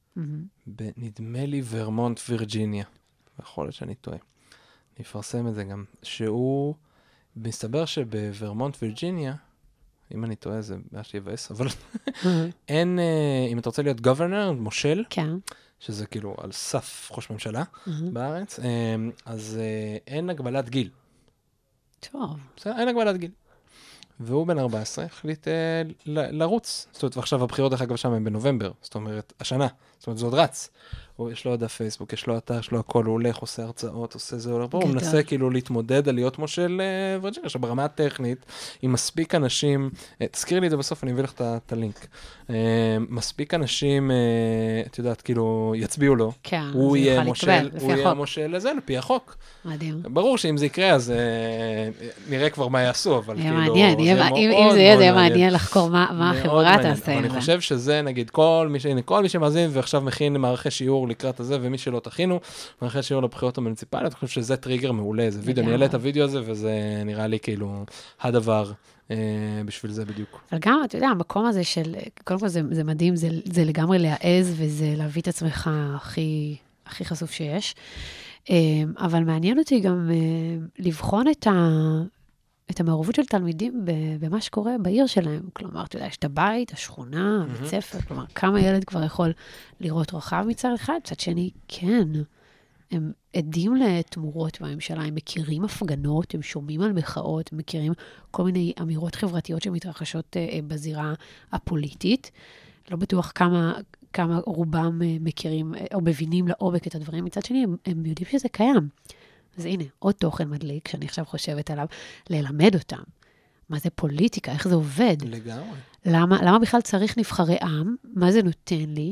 נדמה לי ורמונט וירג'יניה, יכול להיות שאני טועה. אני אפרסם את זה גם, שהוא, מסתבר שבוורמונט וירג'יניה, אם אני טועה זה ממש יבאס, אבל אין, אם אתה רוצה להיות גוברנר, מושל, כן. שזה כאילו על סף ראש ממשלה בארץ, אז אין הגבלת גיל. טוב. אין הגבלת גיל. והוא בן ארבע עשרה, החליט לרוץ. זאת אומרת, ועכשיו הבחירות דרך אגב שם הם בנובמבר, זאת אומרת, השנה. זאת אומרת, זה עוד רץ. יש לו עוד הפייסבוק, יש לו אתר, יש לו הכל, הוא הולך, עושה הרצאות, עושה זה, הוא מנסה כאילו להתמודד על להיות מושל וירג'יניה. עכשיו, ברמה הטכנית, עם מספיק אנשים, תזכיר לי את זה בסוף, אני אביא לך את הלינק. מספיק אנשים, את יודעת, כאילו, יצביעו לו. כן, הוא יהיה מושל, הוא יהיה מושל לזה, לפי החוק. מדהים. ברור שאם זה יקרה, אז נראה כבר מה יעשו, אבל כאילו... מעניין, אם זה יהיה, זה יהיה מעניין לחקור מה החברה תעשה. אבל אני חושב שזה, נגיד, כל מי שמאזין ועכשיו מכין מערכי שיעור לקראת הזה, ומי שלא תכינו, מערכי שיעור לבחירות המוניציפליות, אני חושב שזה טריגר מעולה, זה וידאו, אני אעלה את הוידאו הזה, וזה נראה לי כאילו הדבר בשביל זה בדיוק. אבל גם, אתה יודע, המקום הזה של, קודם כל זה מדהים, זה לגמרי להעז, וזה להביא את עצמך הכי חשוף שיש, אבל מעניין אותי גם לבחון את ה... את המעורבות של תלמידים במה שקורה בעיר שלהם. כלומר, אתה יודע, יש את הבית, השכונה, הבית ספר, כלומר, כמה ילד כבר יכול לראות רחב מצד אחד, מצד שני, כן. הם עדים לתמורות בממשלה, הם מכירים הפגנות, הם שומעים על מחאות, הם מכירים כל מיני אמירות חברתיות שמתרחשות בזירה הפוליטית. לא בטוח כמה, כמה רובם מכירים או מבינים לעומק את הדברים. מצד שני, הם, הם יודעים שזה קיים. אז הנה, עוד תוכן מדליק, שאני עכשיו חושבת עליו, ללמד אותם. מה זה פוליטיקה, איך זה עובד. לגמרי. למה, למה בכלל צריך נבחרי עם, מה זה נותן לי,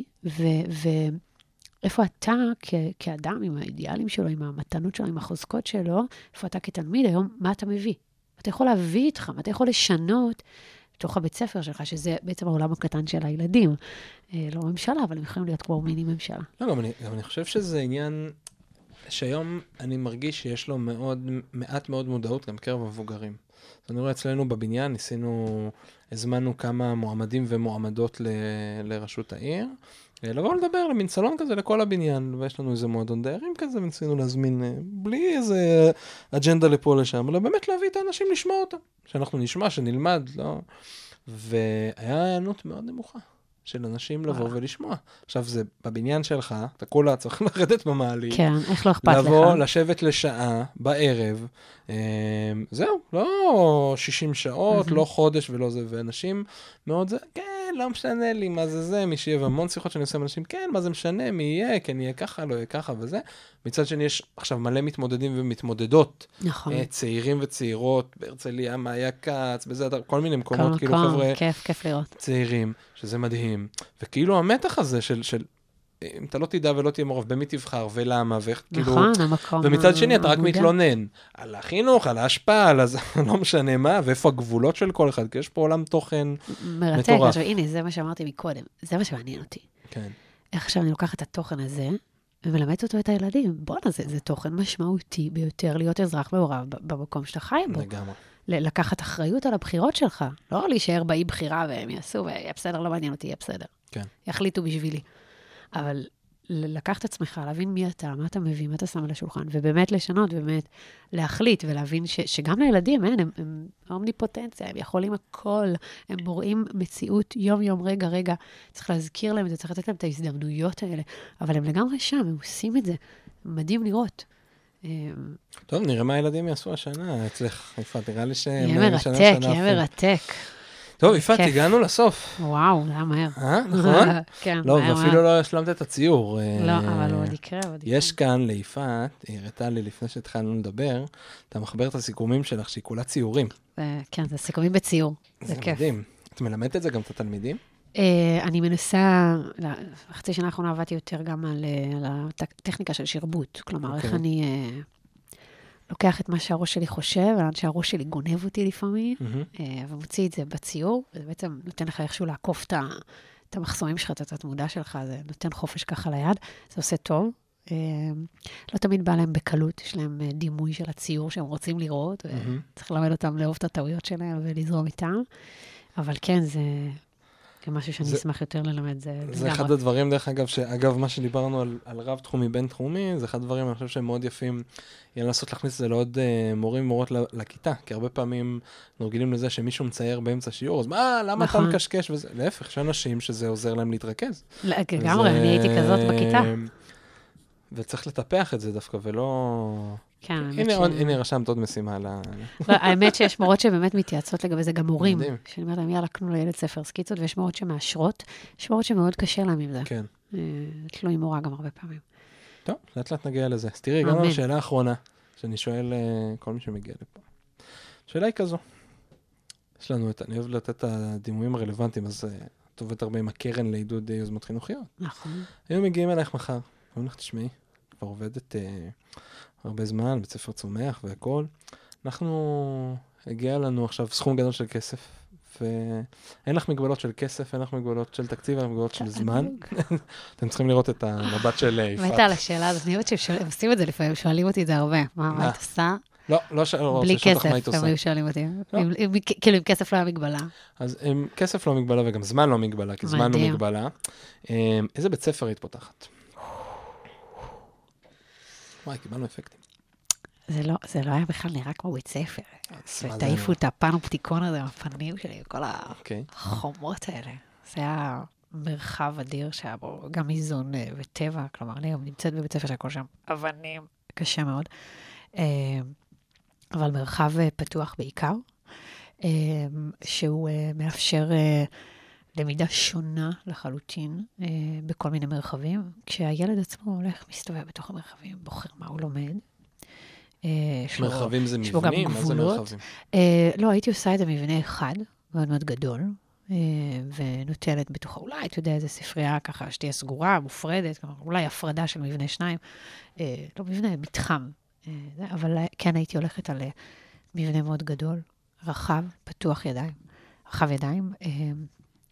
ואיפה אתה כ, כאדם, עם האידיאלים שלו, עם המתנות שלו, עם החוזקות שלו, איפה אתה כתלמיד היום, מה אתה מביא? אתה יכול להביא איתך, מה אתה יכול לשנות בתוך הבית ספר שלך, שזה בעצם העולם הקטן של הילדים. לא ממשלה, אבל הם יכולים להיות כמו מיני ממשלה. לא, גם אני, גם אני חושב שזה עניין... שהיום אני מרגיש שיש לו מאוד, מעט מאוד מודעות גם בקרב המבוגרים. אז אני רואה אצלנו בבניין, ניסינו, הזמנו כמה מועמדים ומועמדות ל, לרשות העיר, לבוא לדבר למין סלון כזה לכל הבניין, ויש לנו איזה מועדון דיירים כזה, וניסינו להזמין בלי איזה אג'נדה לפה לשם, אלא באמת להביא את האנשים לשמוע אותם, שאנחנו נשמע, שנלמד, לא... והיה הענות מאוד נמוכה. של אנשים לבוא ולשמוע. עכשיו, זה בבניין שלך, אתה כולה צריך לרדת במעלית. כן, איך לא אכפת לך? לבוא, לשבת לשעה, בערב, זהו, לא שישים שעות, לא חודש ולא זה, ואנשים מאוד זה, כן, לא משנה לי מה זה זה, מי שיהיה, והמון שיחות שאני עושה עם אנשים, כן, מה זה משנה, מי יהיה, כן, יהיה ככה, לא יהיה ככה וזה. מצד שני, יש עכשיו מלא מתמודדים ומתמודדות, נכון. צעירים וצעירות, בהרצליה, מאיה כץ, בזה, כל מיני מקומות, כאילו חבר'ה, כיף, כיף לראות. צעירים, שזה מדהים. וכאילו המתח הזה של, של, אם אתה לא תדע ולא תהיה מעורב, במי תבחר ולמה, וכאילו... נכון, המקום... ומצד שני, אתה רק מתלונן על החינוך, על ההשפעה, על הזה, לא משנה מה, ואיפה הגבולות של כל אחד, כי יש פה עולם תוכן מרתק, מטורף. עכשיו, הנה, זה מה שאמרתי מקודם, זה מה שמעניין אותי. כן. איך עכשיו אני לוקחת את התוכן הזה, ומלמדת אותו את הילדים. בוא נזה, זה תוכן משמעותי ביותר, להיות אזרח מעורב במקום שאתה חי בו. לגמרי. לקחת אחריות על הבחירות שלך, לא להישאר באי בחירה והם יעשו, ויהיה בסדר, לא מעניין אותי, יהיה בסדר. כן. יחליטו בשבילי. אבל לקחת עצמך, להבין מי אתה, מה אתה מביא, מה אתה שם על השולחן, ובאמת לשנות, ובאמת להחליט, ולהבין ש, שגם לילדים, אין, הם, הם אומניפוטנציה, הם יכולים הכל, הם בוראים מציאות יום-יום, רגע-רגע, צריך להזכיר להם את זה, צריך לתת להם את ההזדמנויות האלה, אבל הם לגמרי שם, הם עושים את זה, מדהים לראות. טוב, נראה מה הילדים יעשו השנה, אצלך, יפעת, נראה לי שהם... יהיה מרתק, יהיה מרתק. טוב, יפעת, הגענו לסוף. וואו, זה היה מהר. אה, נכון? כן, לא, ואפילו לא השלמת את הציור. לא, אבל הוא עוד יקרה, עוד יקרה. יש כאן ליפעת, היא הראתה לי לפני שהתחלנו לדבר, אתה מחבר את הסיכומים שלך, שהיא כולה ציורים. כן, זה סיכומים בציור. זה כיף. זה מדהים. את מלמדת את זה גם את התלמידים? אני מנסה, בחצי שנה האחרונה עבדתי יותר גם על הטכניקה של שרבוט. כלומר, איך אני לוקח את מה שהראש שלי חושב, ועד שהראש שלי גונב אותי לפעמים, ומוציא את זה בציור, וזה בעצם נותן לך איכשהו לעקוף את המחסומים שלך, את התמודה שלך, זה נותן חופש ככה ליד, זה עושה טוב. לא תמיד בא להם בקלות, יש להם דימוי של הציור שהם רוצים לראות, וצריך ללמד אותם לאהוב את הטעויות שלהם ולזרום איתם, אבל כן, זה... משהו שאני אשמח יותר ללמד, זה... זה אחד הדברים, דרך אגב, שאגב, מה שדיברנו על, על רב תחומי, בין תחומי, זה אחד הדברים, אני חושב שהם מאוד יפים, יהיה לנסות להכניס את זה לעוד uh, מורים ומורות לכיתה, כי הרבה פעמים נורגילים לזה שמישהו מצייר באמצע שיעור, אז מה, למה אתה מקשקש וזה? להפך, יש אנשים שזה עוזר להם להתרכז. לגמרי, אני הייתי כזאת בכיתה. וצריך לטפח את זה דווקא, ולא... כן, הנה, עוד, הנה רשמת עוד משימה. לה... לא, האמת שיש מורות שבאמת מתייעצות לגבי זה, גם מורים, שאני אומרת להם, יאללה, קנו לילד ספר סקיצות, ויש מורות שמאשרות, יש מורות שמאוד קשה להם עם זה. כן. תלוי מורה גם הרבה פעמים. טוב, לאט לאט נגיע לזה. אז תראי, גם לשאלה האחרונה, שאני שואל כל מי שמגיע לפה. השאלה היא כזו. יש לנו את, אני אוהב לתת את הדימויים הרלוונטיים, אז את עובדת הרבה עם הקרן לעידוד יוזמות חינוכיות. נכון. היום מגיעים אלייך מחר, אומרים לך, תשמעי, כבר עובדת הרבה זמן, בית ספר צומח והכל. אנחנו, הגיע לנו עכשיו סכום גדול של כסף, ואין לך מגבלות של כסף, אין לך מגבלות של תקציב, אין לך מגבלות של זמן. אתם צריכים לראות את המבט של יפעת. מתה על השאלה הזאת, אני יודעת שהם עושים את זה לפעמים, שואלים אותי את זה הרבה. מה היית עושה? לא, לא שואלים בלי כסף, הם היו שואלים אותי. כאילו, עם כסף לא היה מגבלה. אז עם כסף לא מגבלה, וגם זמן לא מגבלה, כי זמן לא מגבלה. איזה בית ספר היית פותחת? וואי, קיבלנו אפקטים. זה לא, זה לא היה בכלל נראה כמו בית ספר. ותעיפו את הפנופטיקון הזה, הפנים שלי, כל החומות האלה. זה היה מרחב אדיר שהיה בו גם איזון וטבע, כלומר, אני גם נמצאת בבית ספר שהכל שם אבנים, קשה מאוד. אבל מרחב פתוח בעיקר, שהוא מאפשר למידה שונה לחלוטין בכל מיני מרחבים, כשהילד עצמו הולך, מסתובב בתוך המרחבים, בוחר מה הוא לומד. מרחבים זה מבנים? מה זה מרחבים? לא, הייתי עושה את זה מבנה אחד, מאוד מאוד גדול, ונוטלת בתוכה, אולי, אתה יודע, איזו ספרייה ככה, שתהיה סגורה, מופרדת, אולי הפרדה של מבנה שניים, לא מבנה, מתחם, אבל כן הייתי הולכת על מבנה מאוד גדול, רחב, פתוח ידיים, רחב ידיים,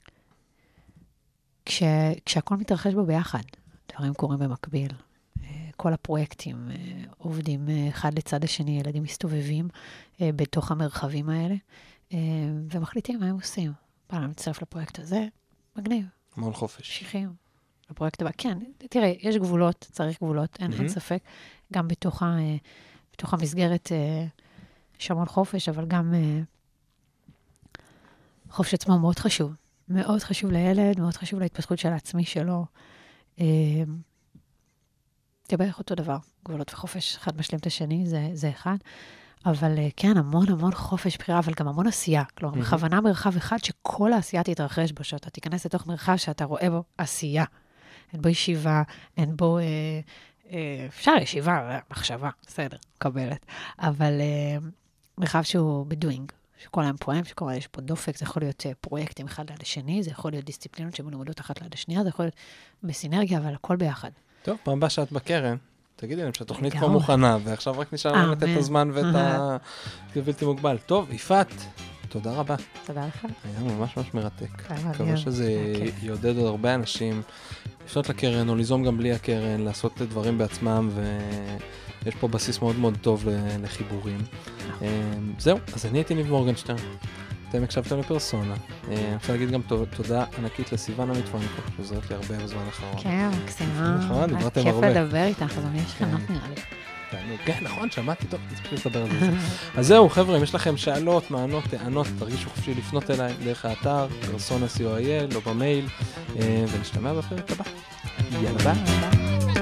כש, כשהכל מתרחש בו ביחד, דברים קורים במקביל, כל הפרויקטים עובדים אחד לצד השני, ילדים מסתובבים בתוך המרחבים האלה, ומחליטים מה הם עושים. בא להם לצרף לפרויקט הזה, מגניב. המון חופש. שיחים. לפרויקט הבא. כן, תראה, יש גבולות, צריך גבולות, אין, אין ספק. גם בתוך, ה, בתוך המסגרת יש המון חופש, אבל גם חופש עצמו מאוד חשוב. מאוד חשוב לילד, מאוד חשוב להתפתחות של העצמי שלו. זה בערך אותו דבר. גבולות וחופש, אחד משלים את השני, זה, זה אחד. אבל כן, המון המון חופש בחירה, אבל גם המון עשייה. כלומר, בכוונה מרחב אחד שכל העשייה תתרחש בו, שאתה תיכנס לתוך מרחב שאתה רואה בו עשייה. אין בו ישיבה, אין בו, אה, אה, אפשר ישיבה, מחשבה, בסדר, קבלת. אבל אה, מרחב שהוא בדוינג, שכל היום פועם, שכל היום יש פה דופק, זה יכול להיות אה, פרויקטים אחד ליד השני, זה יכול להיות דיסציפלינות שמלומדות אחת ליד השנייה, זה יכול להיות בסינרגיה, אבל הכל ביחד. טוב, פעם הבאה שאת בקרן, תגידי להם שהתוכנית כבר מוכנה, ועכשיו רק נשאר להם לתת את הזמן ואת הבלתי מוגבל. טוב, יפעת, תודה רבה. תודה לך. היה ממש ממש מרתק. מקווה שזה יעודד עוד הרבה אנשים לפנות לקרן, או ליזום גם בלי הקרן, לעשות דברים בעצמם, ויש פה בסיס מאוד מאוד טוב לחיבורים. זהו, אז אני הייתי ניב מורגנשטרן. אתם הקשבתם לפרסונה. אני רוצה להגיד גם תודה ענקית לסיוון המתפרניקו, שעוזרת לי הרבה בזמן האחרון. כן, מקסימה. נכון, דיברתם הרבה. כיף לדבר איתך, גם יש חנות נראה לי. כן, נכון, שמעתי, טוב, תצפי לדבר על זה. אז זהו, חבר'ה, אם יש לכם שאלות, מענות, טענות, תרגישו חופשי לפנות אליי דרך האתר, פרסונה סי או איי אל, או במייל, ונשתמע בפרק הבא. יאללה ביי.